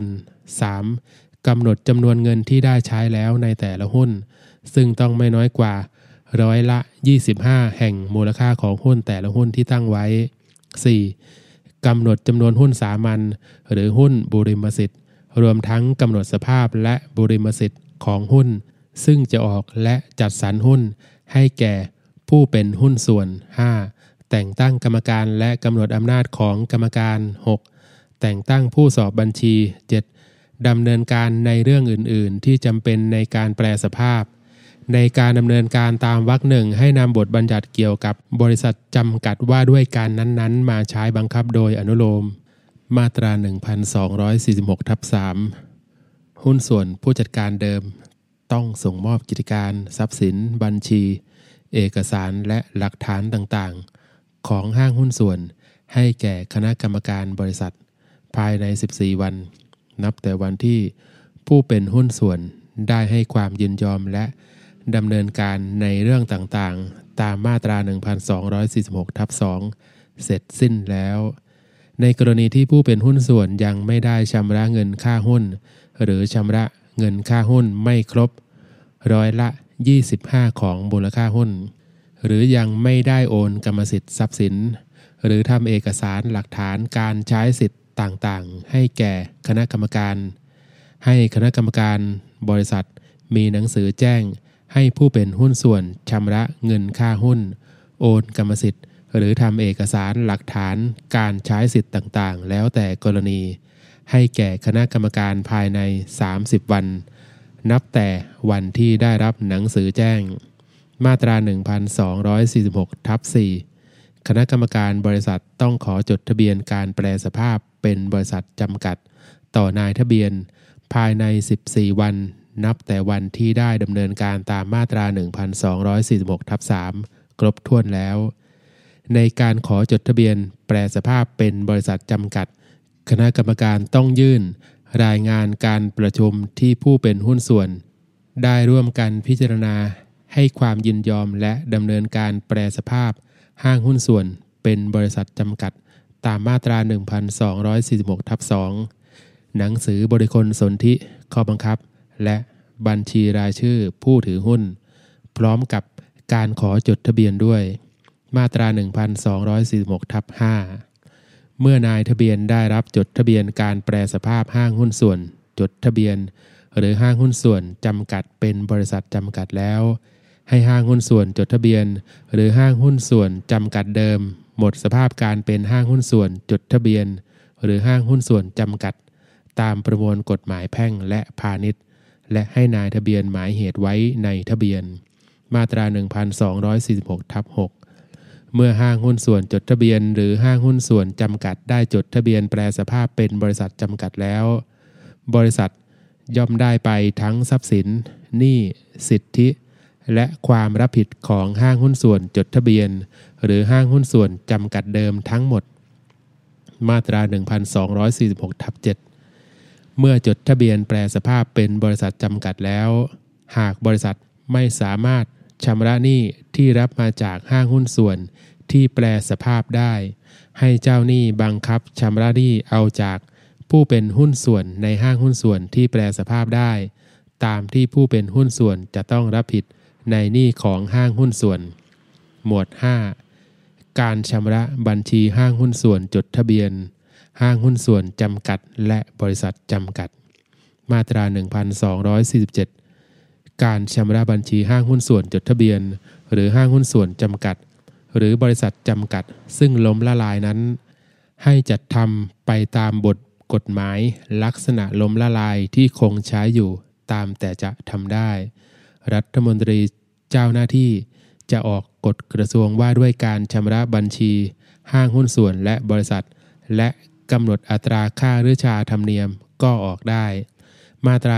3. กำหนดจำนวนเงินที่ได้ใช้แล้วในแต่ละหุ้นซึ่งต้องไม่น้อยกว่าร้อยละ25แห่งมูลค่าของหุ้นแต่ละหุ้นที่ตั้งไว้ 4. กำหนดจำนวนหุ้นสามัญหรือหุ้นบุริมสิทธิ์รวมทั้งกำหนดสภาพและบุริมสิทธิ์ของหุ้นซึ่งจะออกและจัดสรรหุ้นให้แก่ผู้เป็นหุ้นส่วน 5. แต่งตั้งกรรมการและกำหนดอำนาจของกรรมการ 6. แต่งตั้งผู้สอบบัญชี 7. ดำเนินการในเรื่องอื่นๆที่จำเป็นในการแปลสภาพในการดำเนินการตามวรรคหนึ่งให้นำบทบัญญัติเกี่ยวกับบริษัทจำกัดว่าด้วยการนั้นๆมาใช้บังคับโดยอนุโลมมาตรา 1246/3 หุ้นส่วนผู้จัดการเดิมต้องส่งมอบกิจการทรัพย์สินบัญชีเอกสารและหลักฐานต่างๆของห้างหุ้นส่วนให้แก่คณะกรรมการบริษัทภายใน14วันนับแต่วันที่ผู้เป็นหุ้นส่วนได้ให้ความยินยอมและดำเนินการในเรื่องต่างๆตามมาตรา 1246/2 เสร็จสิ้นแล้วในกรณีที่ผู้เป็นหุ้นส่วนยังไม่ได้ชำระเงินค่าหุ้นหรือชำระเงินค่าหุ้นไม่ครบร้อยละ25ของมูลค่าหุ้นหรือยังไม่ได้โอนกรรมสิทธิ์ทรัพย์สินหรือทำเอกสารหลักฐานการใช้สิทธิ์ต่างๆให้แก่คณะกรรมการให้คณะกรรมการบริษัทมีหนังสือแจ้งให้ผู้เป็นหุ้นส่วนชำระเงินค่าหุ้นโอนกรรมสิทธิ์หรือทำเอกสารหลักฐานการใช้สิทธิ์ต่างๆแล้วแต่กรณีให้แก่คณะกรรมการภายใน30วันนับแต่วันที่ได้รับหนังสือแจ้งมาตรา 1246/4 คณะกรรมการบริษัทต้องขอจดทะเบียนการแปลสภาพเป็นบริษัทจำกัดต่อนายทะเบียนภายใน14วันนับแต่วันที่ได้ดำเนินการตามมาตรา 1246/3 ครบถ้วนแล้วในการขอจดทะเบียนแปลสภาพเป็นบริษัทจำกัดคณะกรรมการต้องยื่นรายงานการประชุมที่ผู้เป็นหุ้นส่วนได้ร่วมกันพิจารณาให้ความยินยอมและดำเนินการแปลสภาพห้างหุ้นส่วนเป็นบริษัทจำกัดตามมาตรา 1246/2 หนังสือบริคลสนธิข้อบังคับและบัญชีรายชื่อผู้ถือหุ้นพร้อมกับการขอจดทะเบียนด้วยมาตรา 1246/5 เมื่อนายทะเบียนได้รับจดทะเบียนการแปลสภาพห้างหุ้นส่วนจดทะเบียนหรือห้างหุ้นส่วนจำกัดเป็นบริษัทจำกัดแล้วให้ห้างหุ้นส่วนจดทะเบียนหรือห้างหุ้นส่วนจำกัดเดิมหมดสภาพการเป็นห้างหุ้นส่วนจดทะเบียนหรือห้างหุ้นส่วนจำกัดตามประมวลกฎหมายแพ่งและพาณิชย์และให้นายทะเบียนหมายเหตุไว้ในทะเบียนมาตรา 1246/6 เมื่อห้างหุ้นส่วนจดทะเบียนหรือห้างหุ้นส่วนจำกัดได้จดทะเบียนแปลสภาพเป็นบริษัทจำกัดแล้วบริษัทย่อมได้ไปทั้งทรัพย์สินหนี้สิทธิและความรับผิดของห้างหุ้นส่วนจดทะเบียนหรือห้างหุ้นส่วนจำกัดเดิมทั้งหมดมาตรา 1246/7 เมื่อจดทะเบียนแปลสภาพเป็นบริษัทจำกัดแล้วหากบริษัทไม่สามารถชำระหนี้ที่รับมาจากห้างหุ้นส่วนที่แปลสภาพได้ให้เจ้าหนี้บังคับชำระหนี้เอาจากผู้เป็นหุ้นส่วนในห้างหุ้นส่วนที่แปลสภาพได้ตามที่ผู้เป็นหุ้นส่วนจะต้องรับผิดในหนี้ของห้างหุ้นส่วนหมวด 5 การชำระบัญชีห้างหุ้นส่วนจดทะเบียนห้างหุ้นส่วนจำกัดและบริษัทจำกัดมาตรา 1247 การชำระบัญชีห้างหุ้นส่วนจดทะเบียนหรือห้างหุ้นส่วนจำกัดหรือบริษัทจำกัดซึ่งล้มละลายนั้นให้จัดทำไปตามบทกฎหมายลักษณะล้มละลายที่คงใช้อยู่ตามแต่จะทำได้รัฐมนตรีเจ้าหน้าที่จะออกกฎกระทรวงว่าด้วยการชำระบัญชีห้างหุ้นส่วนและบริษัทและกำหนดอัตราค่าฤชาธรรมเนียมก็ออกได้มาตรา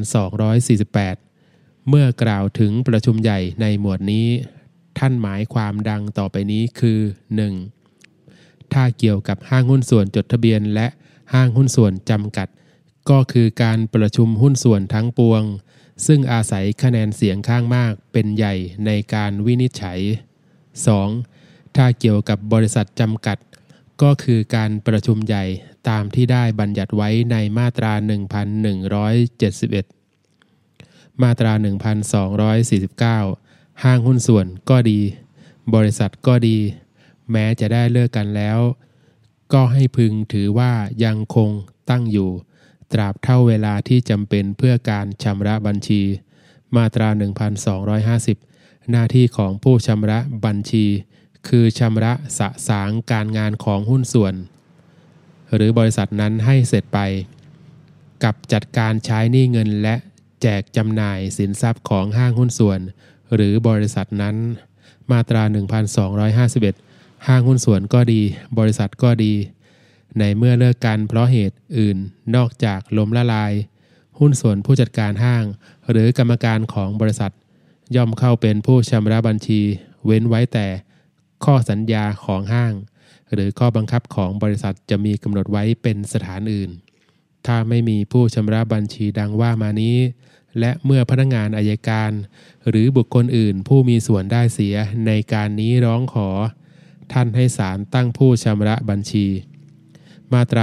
1248 เมื่อกล่าวถึงประชุมใหญ่ในหมวดนี้ท่านหมายความดังต่อไปนี้คือ 1. ถ้าเกี่ยวกับห้างหุ้นส่วนจดทะเบียนและห้างหุ้นส่วนจำกัดก็คือการประชุมหุ้นส่วนทั้งปวงซึ่งอาศัยคะแนนเสียงข้างมากเป็นใหญ่ในการวินิจฉัย 2. ถ้าเกี่ยวกับบริษัทจำกัดก็คือการประชุมใหญ่ตามที่ได้บัญญัติไว้ในมาตรา 1171 มาตรา 1249 ห้างหุ้นส่วนก็ดีบริษัทก็ดีแม้จะได้เลิกกันแล้วก็ให้พึงถือว่ายังคงตั้งอยู่ตราบเท่าเวลาที่จำเป็นเพื่อการชำระบัญชีมาตรา 1250 หน้าที่ของผู้ชำระบัญชีคือชำระสะสางการงานของหุ้นส่วนหรือบริษัทนั้นให้เสร็จไปกับจัดการใช้หนี้เงินและแจกจำหน่ายสินทรัพย์ของห้างหุ้นส่วนหรือบริษัทนั้นมาตรา 1251 ห้างหุ้นส่วนก็ดีบริษัทก็ดีในเมื่อเลิกกันเพราะเหตุอื่นนอกจากล้มละลายหุ้นส่วนผู้จัดการห้างหรือกรรมการของบริษัทย่อมเข้าเป็นผู้ชำระบัญชีเว้นไว้แต่ข้อสัญญาของห้างหรือข้อบังคับของบริษัทจะมีกำหนดไว้เป็นสถานอื่นถ้าไม่มีผู้ชำระบัญชีดังว่ามานี้และเมื่อพนักงานอัยการหรือบุคคลอื่นผู้มีส่วนได้เสียในการนี้ร้องขอท่านให้ศาลตั้งผู้ชำระบัญชีมาตรา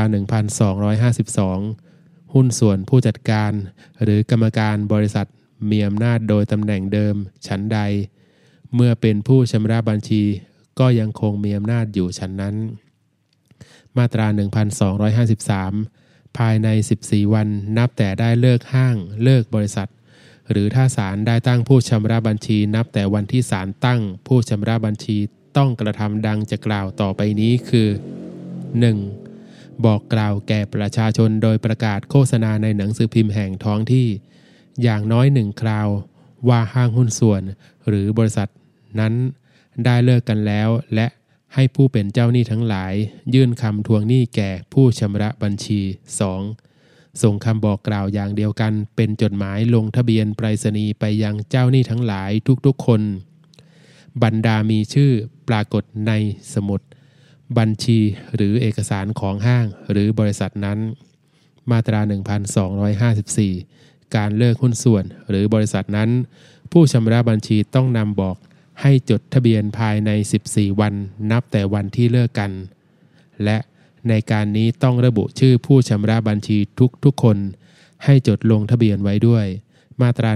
1252 หุ้นส่วนผู้จัดการหรือกรรมการบริษัทมีอำนาจโดยตำแหน่งเดิมฉันใดเมื่อเป็นผู้ชำระบัญชีก็ยังคงมีอำนาจอยู่ฉันนั้นมาตรา 1253 ภายใน14วันนับแต่ได้เลิกห้างเลิกบริษัทหรือถ้าศาลได้ตั้งผู้ชำระบัญชีนับแต่วันที่ศาลตั้งผู้ชำระบัญชีต้องกระทำดังจะกล่าวต่อไปนี้คือ 1. บอกกล่าวแก่ประชาชนโดยประกาศโฆษณาในหนังสือพิมพ์แห่งท้องที่อย่างน้อย1คราวว่าห้างหุ้นส่วนหรือบริษัทนั้นได้เลิกกันแล้วและให้ผู้เป็นเจ้าหนี้ทั้งหลายยื่นคำทวงหนี้แก่ผู้ชำระบัญชี 2. ส่งคำบอกกล่าวอย่างเดียวกันเป็นจดหมายลงทะเบียนไปรษณีย์ไปยังเจ้าหนี้ทั้งหลายทุกๆคนบรรดามีชื่อปรากฏในสมุดบัญชีหรือเอกสารของห้างหรือบริษัทนั้นมาตรา 1254 การเลิกหุ้นส่วนหรือบริษัทนั้นผู้ชำระบัญชีต้องนำบอกให้จดทะเบียนภายใน14วันนับแต่วันที่เลิกกันและในการนี้ต้องระบุชื่อผู้ชำระบัญชีทุกคนให้จดลงทะเบียนไว้ด้วยมาตรา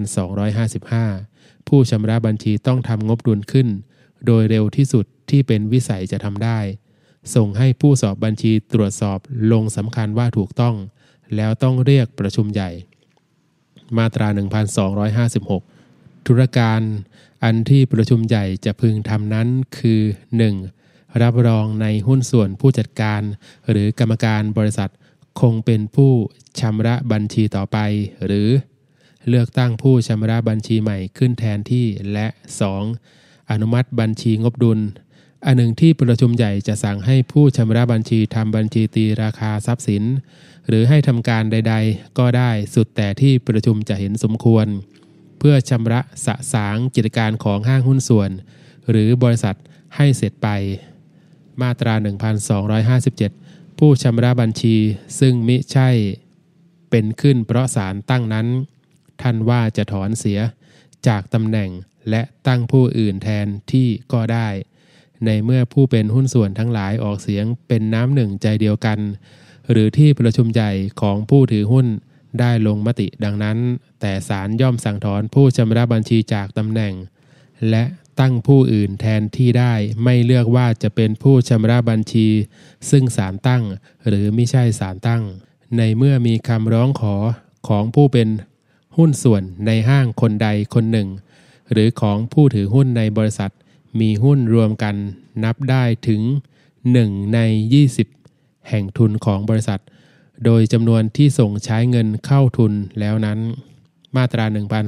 1255 ผู้ชำระบัญชีต้องทำงบดุลขึ้นโดยเร็วที่สุดที่เป็นวิสัยจะทำได้ส่งให้ผู้สอบบัญชีตรวจสอบลงสำคัญว่าถูกต้องแล้วต้องเรียกประชุมใหญ่มาตรา 1256 ธุรการอันที่ประชุมใหญ่จะพึงทำนั้นคือ 1. รับรองในหุ้นส่วนผู้จัดการหรือกรรมการบริษัทคงเป็นผู้ชำระบัญชีต่อไปหรือเลือกตั้งผู้ชำระบัญชีใหม่ขึ้นแทนที่และ 2. อนุมัติบัญชีงบดุลอันหนึ่งที่ประชุมใหญ่จะสั่งให้ผู้ชำระบัญชีทำบัญชีตีราคาทรัพย์สินหรือให้ทำการใดๆก็ได้สุดแต่ที่ประชุมจะเห็นสมควรเพื่อชำระสะสางกิจการของห้างหุ้นส่วนหรือบริษัทให้เสร็จไปมาตรา 1257 ผู้ชำระบัญชีซึ่งมิใช่เป็นขึ้นเพราะศาลตั้งนั้นท่านว่าจะถอนเสียจากตำแหน่งและตั้งผู้อื่นแทนที่ก็ได้ในเมื่อผู้เป็นหุ้นส่วนทั้งหลายออกเสียงเป็นน้ำหนึ่งใจเดียวกันหรือที่ประชุมใหญ่ของผู้ถือหุ้นได้ลงมติดังนั้นแต่ศาลย่อมสั่งถอนผู้ชำระบัญชีจากตำแหน่งและตั้งผู้อื่นแทนที่ได้ไม่เลือกว่าจะเป็นผู้ชำระบัญชีซึ่งศาลตั้งหรือมิใช่ศาลตั้งในเมื่อมีคำร้องขอของผู้เป็นหุ้นส่วนในห้างคนใดคนหนึ่งหรือของผู้ถือหุ้นในบริษัทมีหุ้นรวมกันนับได้ถึง1ใน20แห่งทุนของบริษัทโดยจำนวนที่ส่งใช้เงินเข้าทุนแล้วนั้นมาตรา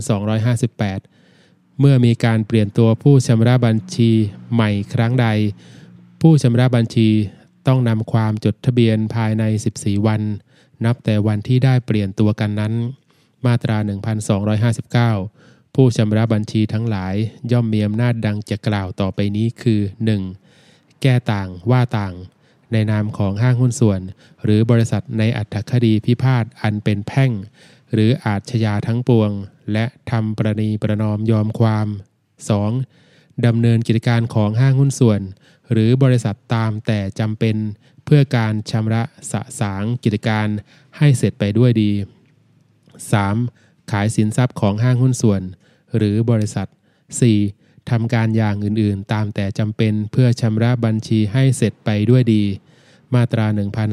1258 เมื่อมีการเปลี่ยนตัวผู้ชำระบัญชีใหม่ครั้งใดผู้ชำระบัญชีต้องนำความจดทะเบียนภายใน14วันนับแต่วันที่ได้เปลี่ยนตัวกันนั้นมาตรา 1259 ผู้ชำระบัญชีทั้งหลายย่อมมีอำนาจดังจะกล่าวต่อไปนี้คือ 1. แก้ต่างว่าต่างในนามของห้างหุ้นส่วนหรือบริษัทในอรรถคดีพิพาทอันเป็นแพ่งหรืออาชญาทั้งปวงและทำประนีประนอมยอมความ 2. ดำเนินกิจการของห้างหุ้นส่วนหรือบริษัทตามแต่จำเป็นเพื่อการชำระสะสางกิจการให้เสร็จไปด้วยดี 3. ขายสินทรัพย์ของห้างหุ้นส่วนหรือบริษัท 4. ทำการอย่างอื่นๆตามแต่จำเป็นเพื่อชำระบัญชีให้เสร็จไปด้วยดีมาตรา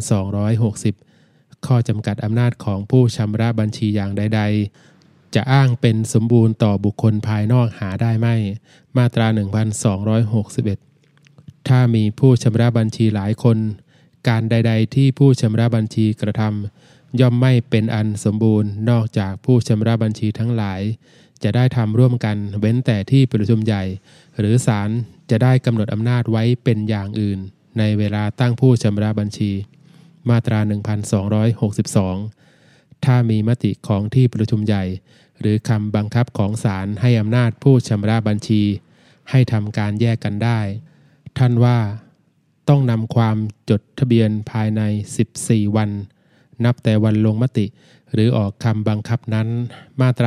1260 ข้อจำกัดอำนาจของผู้ชำระบัญชีอย่างใดๆจะอ้างเป็นสมบูรณ์ต่อบุคคลภายนอกหาได้ไม่มาตรา 1261 ถ้ามีผู้ชำระบัญชีหลายคนการใดๆที่ผู้ชำระบัญชีกระทำย่อมไม่เป็นอันสมบูรณ์นอกจากผู้ชำระบัญชีทั้งหลายจะได้ทำร่วมกันเว้นแต่ที่ประชุมใหญ่หรือศาลจะได้กำหนดอำนาจไว้เป็นอย่างอื่นในเวลาตั้งผู้ชำระบัญชีมาตรา 1262 ถ้ามีมติของที่ประชุมใหญ่หรือคำบังคับของศาลให้อำนาจผู้ชำระบัญชีให้ทำการแยกกันได้ท่านว่าต้องนำความจดทะเบียนภายใน14วันนับแต่วันลงมติหรือออกคำบังคับนั้นมาตรา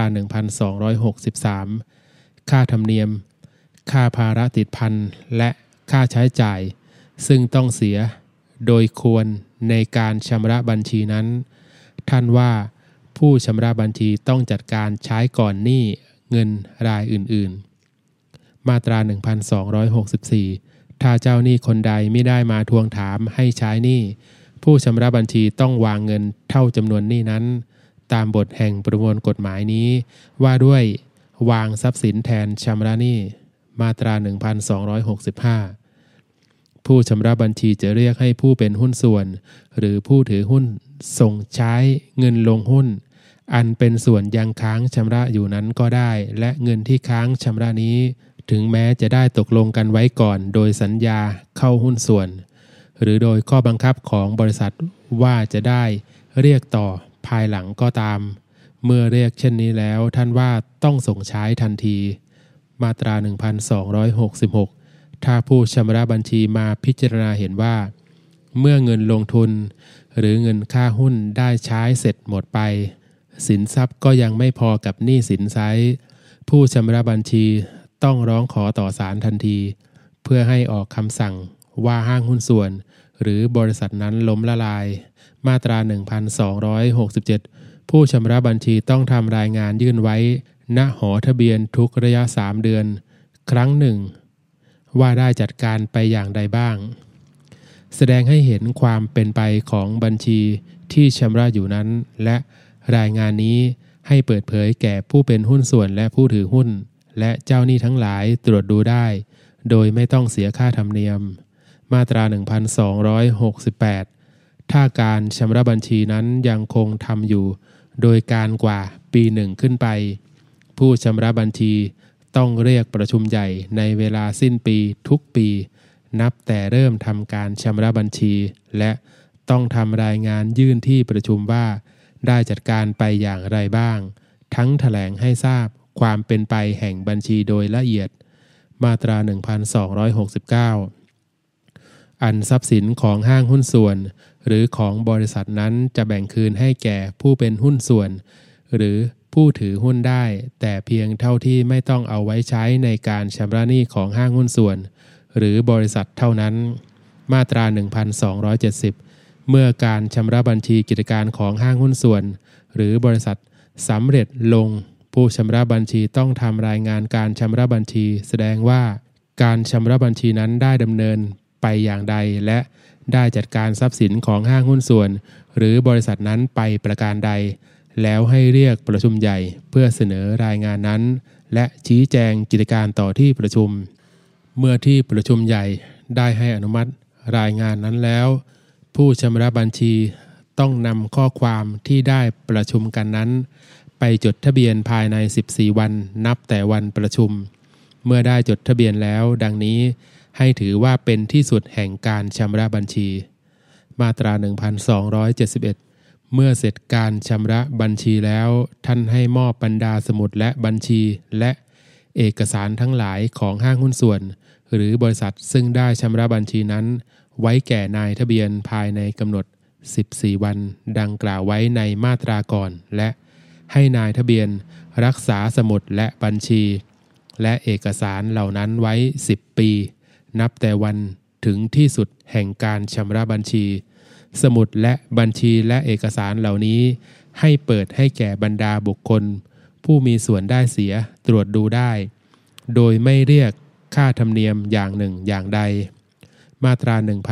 1263 ค่าธรรมเนียมค่าภาระติดพันและค่าใช้จ่ายซึ่งต้องเสียโดยควรในการชำระบัญชีนั้นท่านว่าผู้ชำระบัญชีต้องจัดการใช้ก่อนหนี้เงินรายอื่นๆมาตรา 1264 ถ้าเจ้าหนี้คนใดไม่ได้มาทวงถามให้ใช้หนี้ผู้ชำระบัญชีต้องวางเงินเท่าจำนวนหนี้นั้นตามบทแห่งประมวลกฎหมายนี้ว่าด้วยวางทรัพย์สินแทนชำระหนี้มาตรา 1265 ผู้ชำระบัญชีจะเรียกให้ผู้เป็นหุ้นส่วนหรือผู้ถือหุ้นส่งใช้เงินลงหุ้นอันเป็นส่วนยังค้างชำระอยู่นั้นก็ได้และเงินที่ค้างชำระนี้ถึงแม้จะได้ตกลงกันไว้ก่อนโดยสัญญาเข้าหุ้นส่วนหรือโดยข้อบังคับของบริษัทว่าจะได้เรียกต่อภายหลังก็ตามเมื่อเรียกเช่นนี้แล้วท่านว่าต้องส่งใช้ทันทีมาตรา 1266 ถ้าผู้ชำระบัญชีมาพิจารณาเห็นว่าเมื่อเงินลงทุนหรือเงินค่าหุ้นได้ใช้เสร็จหมดไปสินทรัพย์ก็ยังไม่พอกับหนี้สินไซผู้ชำระบัญชีต้องร้องขอต่อศาลทันทีเพื่อให้ออกคำสั่งว่าห้างหุ้นส่วนหรือบริษัทนั้นล้มละลายมาตรา 1267 ผู้ชำระบัญชีต้องทำรายงานยื่นไว้ณหอทะเบียนทุกระยะ3เดือนครั้งหนึ่งว่าได้จัดการไปอย่างใดบ้างแสดงให้เห็นความเป็นไปของบัญชีที่ชำระอยู่นั้นและรายงานนี้ให้เปิดเผยแก่ผู้เป็นหุ้นส่วนและผู้ถือหุ้นและเจ้าหนี้ทั้งหลายตรวจดูได้โดยไม่ต้องเสียค่าธรรมเนียมมาตรา 1268 ถ้าการชำระบัญชีนั้นยังคงทำอยู่โดยการกว่าปีหนึ่งขึ้นไปผู้ชำระบัญชีต้องเรียกประชุมใหญ่ในเวลาสิ้นปีทุกปีนับแต่เริ่มทำการชำระบัญชีและต้องทำรายงานยื่นที่ประชุมว่าได้จัดการไปอย่างไรบ้างทั้งแถลงให้ทราบความเป็นไปแห่งบัญชีโดยละเอียดมาตรา 1269 อันทรัพย์สินของห้างหุ้นส่วนหรือของบริษัทนั้นจะแบ่งคืนให้แก่ผู้เป็นหุ้นส่วนหรือผู้ถือหุ้นได้แต่เพียงเท่าที่ไม่ต้องเอาไว้ใช้ในการชำระหนี้ของห้างหุ้นส่วนหรือบริษัทเท่านั้นมาตรา 1270 เมื่อการชำระบัญชีกิจการของห้างหุ้นส่วนหรือบริษัทสำเร็จลงผู้ชำระบัญชีต้องทำรายงานการชำระบัญชีแสดงว่าการชำระบัญชีนั้นได้ดำเนินไปอย่างใดและได้จัดการทรัพย์สินของห้างหุ้นส่วนหรือบริษัทนั้นไปประการใดแล้วให้เรียกประชุมใหญ่เพื่อเสนอรายงานนั้นและชี้แจงกิจการต่อที่ประชุมเมื่อที่ประชุมใหญ่ได้ให้อนุมัติรายงานนั้นแล้วผู้ชำระบัญชีต้องนำข้อความที่ได้ประชุมกันนั้นไปจดทะเบียนภายใน14วันนับแต่วันประชุมเมื่อได้จดทะเบียนแล้วดังนี้ให้ถือว่าเป็นที่สุดแห่งการชำระบัญชีมาตรา 1271 เมื่อเสร็จการชำระบัญชีแล้วท่านให้มอบบรรดาสมุดและบัญชีและเอกสารทั้งหลายของห้างหุ้นส่วนหรือบริษัทซึ่งได้ชำระบัญชีนั้นไว้แก่นายทะเบียนภายในกำหนด14วันดังกล่าวไว้ในมาตราก่อนและให้นายทะเบียนรักษาสมุดและบัญชีและเอกสารเหล่านั้นไว้10ปีนับแต่วันถึงที่สุดแห่งการชำระบัญชีสมุดและบัญชีและเอกสารเหล่านี้ให้เปิดให้แก่บรรดาบุคคลผู้มีส่วนได้เสียตรวจดูได้โดยไม่เรียกค่าธรรมเนียมอย่างหนึ่งอย่างใดมาตรา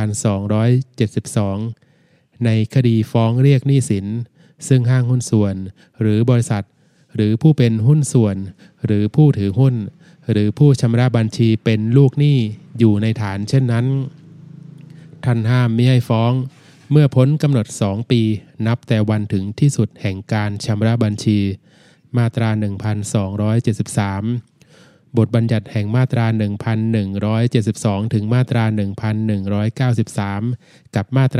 1272 ในคดีฟ้องเรียกหนี้สินซึ่งห้างหุ้นส่วนหรือบริษัทหรือผู้เป็นหุ้นส่วนหรือผู้ถือหุ้นหรือผู้ชำระบัญชีเป็นลูกหนี้อยู่ในฐานเช่นนั้นท่านห้ามมิให้ฟ้องเมื่อพ้นกำหนด2 ปีนับแต่วันถึงที่สุดแห่งการชำระบัญชีมาตรา 1273 บทบัญญัติแห่งมาตรา 1172 ถึงมาตรา 1193 กับมาตรา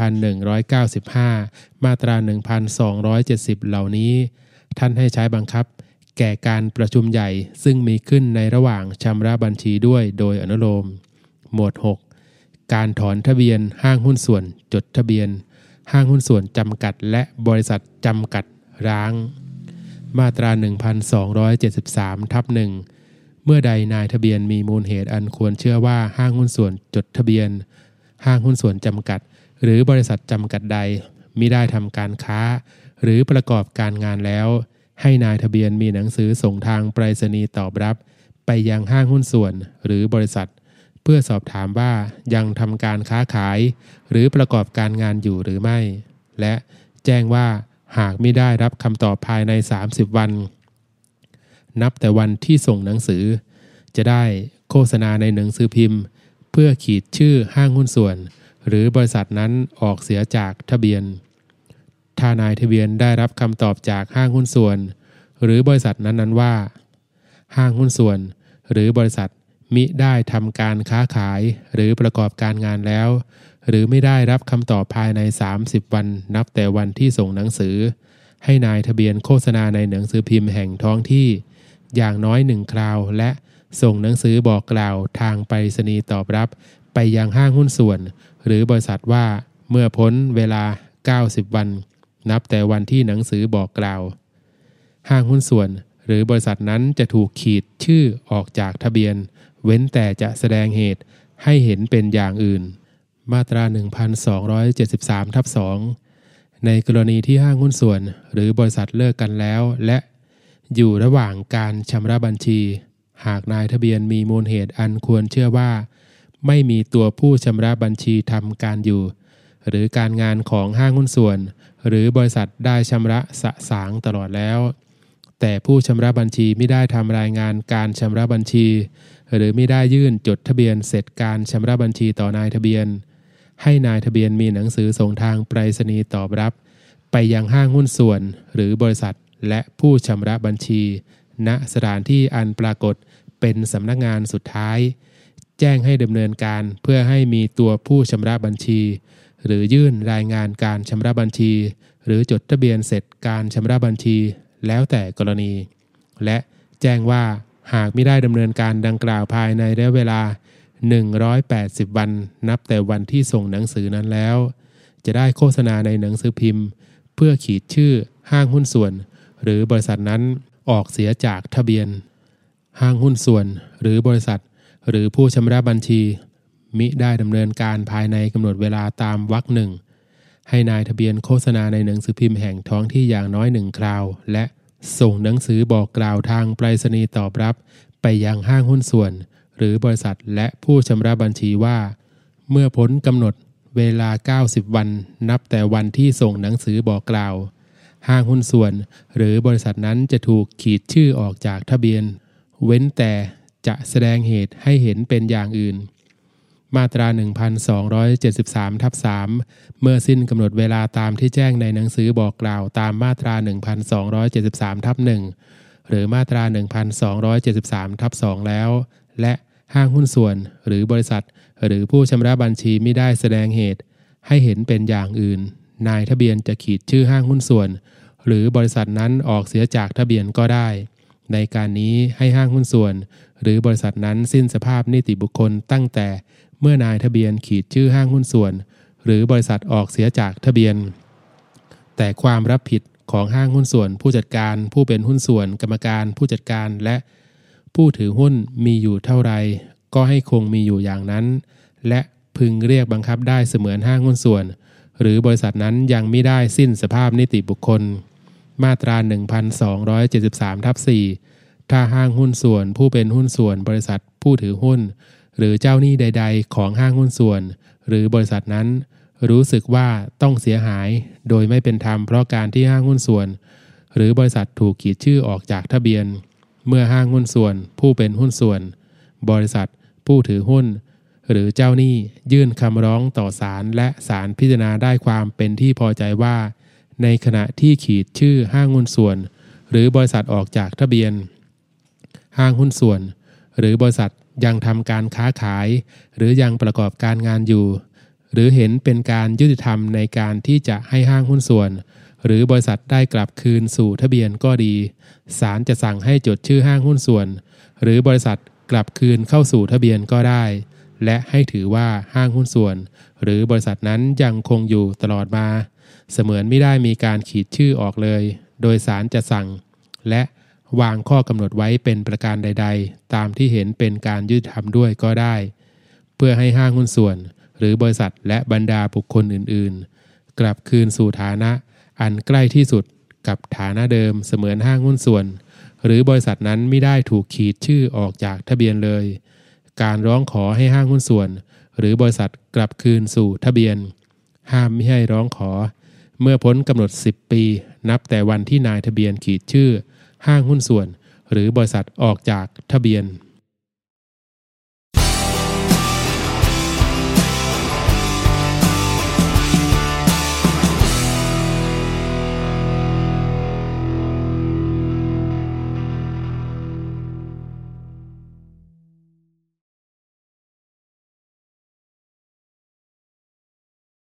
1195 มาตรา 1270 เหล่านี้ท่านให้ใช้บังคับแก่การประชุมใหญ่ซึ่งมีขึ้นในระหว่างชำระบัญชีด้วยโดยอนุโลมหมวด 6 การถอนทะเบียนห้างหุ้นส่วนจดทะเบียนห้างหุ้นส่วนจำกัดและบริษัทจำกัดร้างมาตรา 1273/1 เมื่อใดนายทะเบียนมีมูลเหตุอันควรเชื่อว่าห้างหุ้นส่วนจดทะเบียนห้างหุ้นส่วนจำกัดหรือบริษัทจำกัดใดมิได้ทำการค้าหรือประกอบการงานแล้วให้นายทะเบียนมีหนังสือส่งทางไปรษณีย์ตอบรับไปยังห้างหุ้นส่วนหรือบริษัทเพื่อสอบถามว่ายังทำการค้าขายหรือประกอบการงานอยู่หรือไม่และแจ้งว่าหากไม่ได้รับคำตอบภายใน30 วันนับแต่วันที่ส่งหนังสือจะได้โฆษณาในหนังสือพิมพ์เพื่อขีดชื่อห้างหุ้นส่วนหรือบริษัทนั้นออกเสียจากทะเบียนถ้านายทะเบียนได้รับคำตอบจากห้างหุ้นส่วนหรือบริษัทนั้นว่าห้างหุ้นส่วนหรือบริษัทมิได้ทำการค้าขายหรือประกอบการงานแล้วหรือไม่ได้รับคำตอบภายใน30 วันนับแต่วันที่ส่งหนังสือให้นายทะเบียนโฆษณาในหนังสือพิมพ์แห่งท้องที่อย่างน้อย1 คราวและส่งหนังสือบอกกล่าวทางไปรษณีย์ตอบรับไปยังห้างหุ้นส่วนหรือบริษัทว่าเมื่อพ้นเวลา90 วันนับแต่วันที่หนังสือบอกกล่าวห้างหุ้นส่วนหรือบริษัทนั้นจะถูกขีดชื่อออกจากทะเบียนเว้นแต่จะแสดงเหตุให้เห็นเป็นอย่างอื่นมาตรา 1273/2 ในกรณีที่ห้างหุ้นส่วนหรือบริษัทเลิกกันแล้วและอยู่ระหว่างการชำระบัญชีหากนายทะเบียนมีมูลเหตุอันควรเชื่อว่าไม่มีตัวผู้ชำระบัญชีทำการอยู่หรือการงานของห้างหุ้นส่วนหรือบริษัทได้ชำระสะสางตลอดแล้วแต่ผู้ชำระบัญชีไม่ได้ทำรายงานการชำระบัญชีหรือไม่ได้ยื่นจดทะเบียนเสร็จการชำระบัญชีต่อนายทะเบียนให้นายทะเบียนมีหนังสือส่งทางไปรษณีย์ตอบรับไปยังห้างหุ้นส่วนหรือบริษัทและผู้ชำระบัญชีณสถานที่อันปรากฏเป็นสำนักงานสุดท้ายแจ้งให้ดำเนินการเพื่อให้มีตัวผู้ชำระบัญชีหรือยื่นรายงานการชำระบัญชีหรือจดทะเบียนเสร็จการชำระบัญชีแล้วแต่กรณีและแจ้งว่าหากไม่ได้ดำเนินการดังกล่าวภายในระยะเวลา180 วันนับแต่วันที่ส่งหนังสือนั้นแล้วจะได้โฆษณาในหนังสือพิมพ์เพื่อขีดชื่อห้างหุ้นส่วนหรือบริษัทนั้นออกเสียจากทะเบียนห้างหุ้นส่วนหรือบริษัทหรือผู้ชำระบัญชีมิได้ดำเนินการภายในกำหนดเวลาตามวรรค 1ให้นายทะเบียนโฆษณาในหนังสือพิมพ์แห่งท้องที่อย่างน้อย1 คราวและส่งหนังสือบอกกล่าวทางไปรษณีย์ตอบรับไปยังห้างหุ้นส่วนหรือบริษัทและผู้ชำระบัญชีว่าเมื่อพ้นกำหนดเวลา90 วันนับแต่วันที่ส่งหนังสือบอกกล่าวห้างหุ้นส่วนหรือบริษัทนั้นจะถูกขีดชื่อออกจากทะเบียนเว้นแต่จะแสดงเหตุให้เห็นเป็นอย่างอื่นมาตรา 1273/3 เมื่อสิ้นกำหนดเวลาตามที่แจ้งในหนังสือบอกกล่าวตามมาตรา 1273/1 หรือมาตรา 1273/2 แล้วและห้างหุ้นส่วนหรือบริษัทหรือผู้ชำระบัญชีไม่ได้แสดงเหตุให้เห็นเป็นอย่างอื่นนายทะเบียนจะขีดชื่อห้างหุ้นส่วนหรือบริษัทนั้นออกเสียจากทะเบียนก็ได้ในการนี้ให้ห้างหุ้นส่วนหรือบริษัทนั้นสิ้นสภาพนิติบุคคลตั้งแต่เมื่อนายทะเบียนขีดชื่อห้างหุ้นส่วนหรือบริษัทออกเสียจากทะเบียนแต่ความรับผิดของห้างหุ้นส่วนผู้จัดการผู้เป็นหุ้นส่วนกรรมการผู้จัดการและผู้ถือหุ้นมีอยู่เท่าไรก็ให้คงมีอยู่อย่างนั้นและพึงเรียกบังคับได้เสมือนห้างหุ้นส่วนหรือบริษัทนั้นยังไม่ได้สิ้นสภาพนิติบุคคลมาตรา 1273/4 ถ้าห้างหุ้นส่วนผู้เป็นหุ้นส่วนบริษัทผู้ถือหุ้นหรือเจ้าหนี้ใดๆของห้างหุ้นส่วนหรือบริษัทนั้นรู้สึกว่าต้องเสียหายโดยไม่เป็นธรรมเพราะการที่ห้างหุ้นส่วนหรือบริษัทถูกขีดชื่อออกจากทะเบียนเมื่อห้างหุ้นส่วนผู้เป็นหุ้นส่วนบริษัทผู้ถือหุ้นหรือเจ้าหนี้ยื่นคำร้องต่อศาลและศาลพิจารณาได้ความเป็นที่พอใจว่าในขณะที่ขีดชื่อห้างหุ้นส่วนหรือบริษัทออกจากทะเบียนห้างหุ้นส่วนหรือบริษัทยังทำการค้าขายหรือยังประกอบการงานอยู่หรือเห็นเป็นการยุติธรรมในการที่จะให้ห้างหุ้นส่วนหรือบริษัทได้กลับคืนสู่ทะเบียนก็ดีศาลจะสั่งให้จดชื่อห้างหุ้นส่วนหรือบริษัทกลับคืนเข้าสู่ทะเบียนก็ได้และให้ถือว่าห้างหุ้นส่วนหรือบริษัทนั้นยังคงอยู่ตลอดมาเสมือนไม่ได้มีการขีดชื่อออกเลยโดยศาลจะสั่งและวางข้อกำหนดไว้เป็นประการใดๆตามที่เห็นเป็นการยุติธรรมด้วยก็ได้เพื่อให้ห้างหุ้นส่วนหรือบริษัทและบรรดาบุคคลอื่นๆกลับคืนสู่ฐานะอันใกล้ที่สุดกับฐานะเดิมเสมือนห้างหุ้นส่วนหรือบริษัทนั้นไม่ได้ถูกขีดชื่อออกจากทะเบียนเลยการร้องขอให้ห้างหุ้นส่วนหรือบริษัทกลับคืนสู่ทะเบียนห้ามไม่ให้ร้องขอเมื่อพ้นกำหนด10 ปีนับแต่วันที่นายทะเบียนขีดชื่อห้างหุ้นส่วนหรือบริษัทออกจากทะเบียน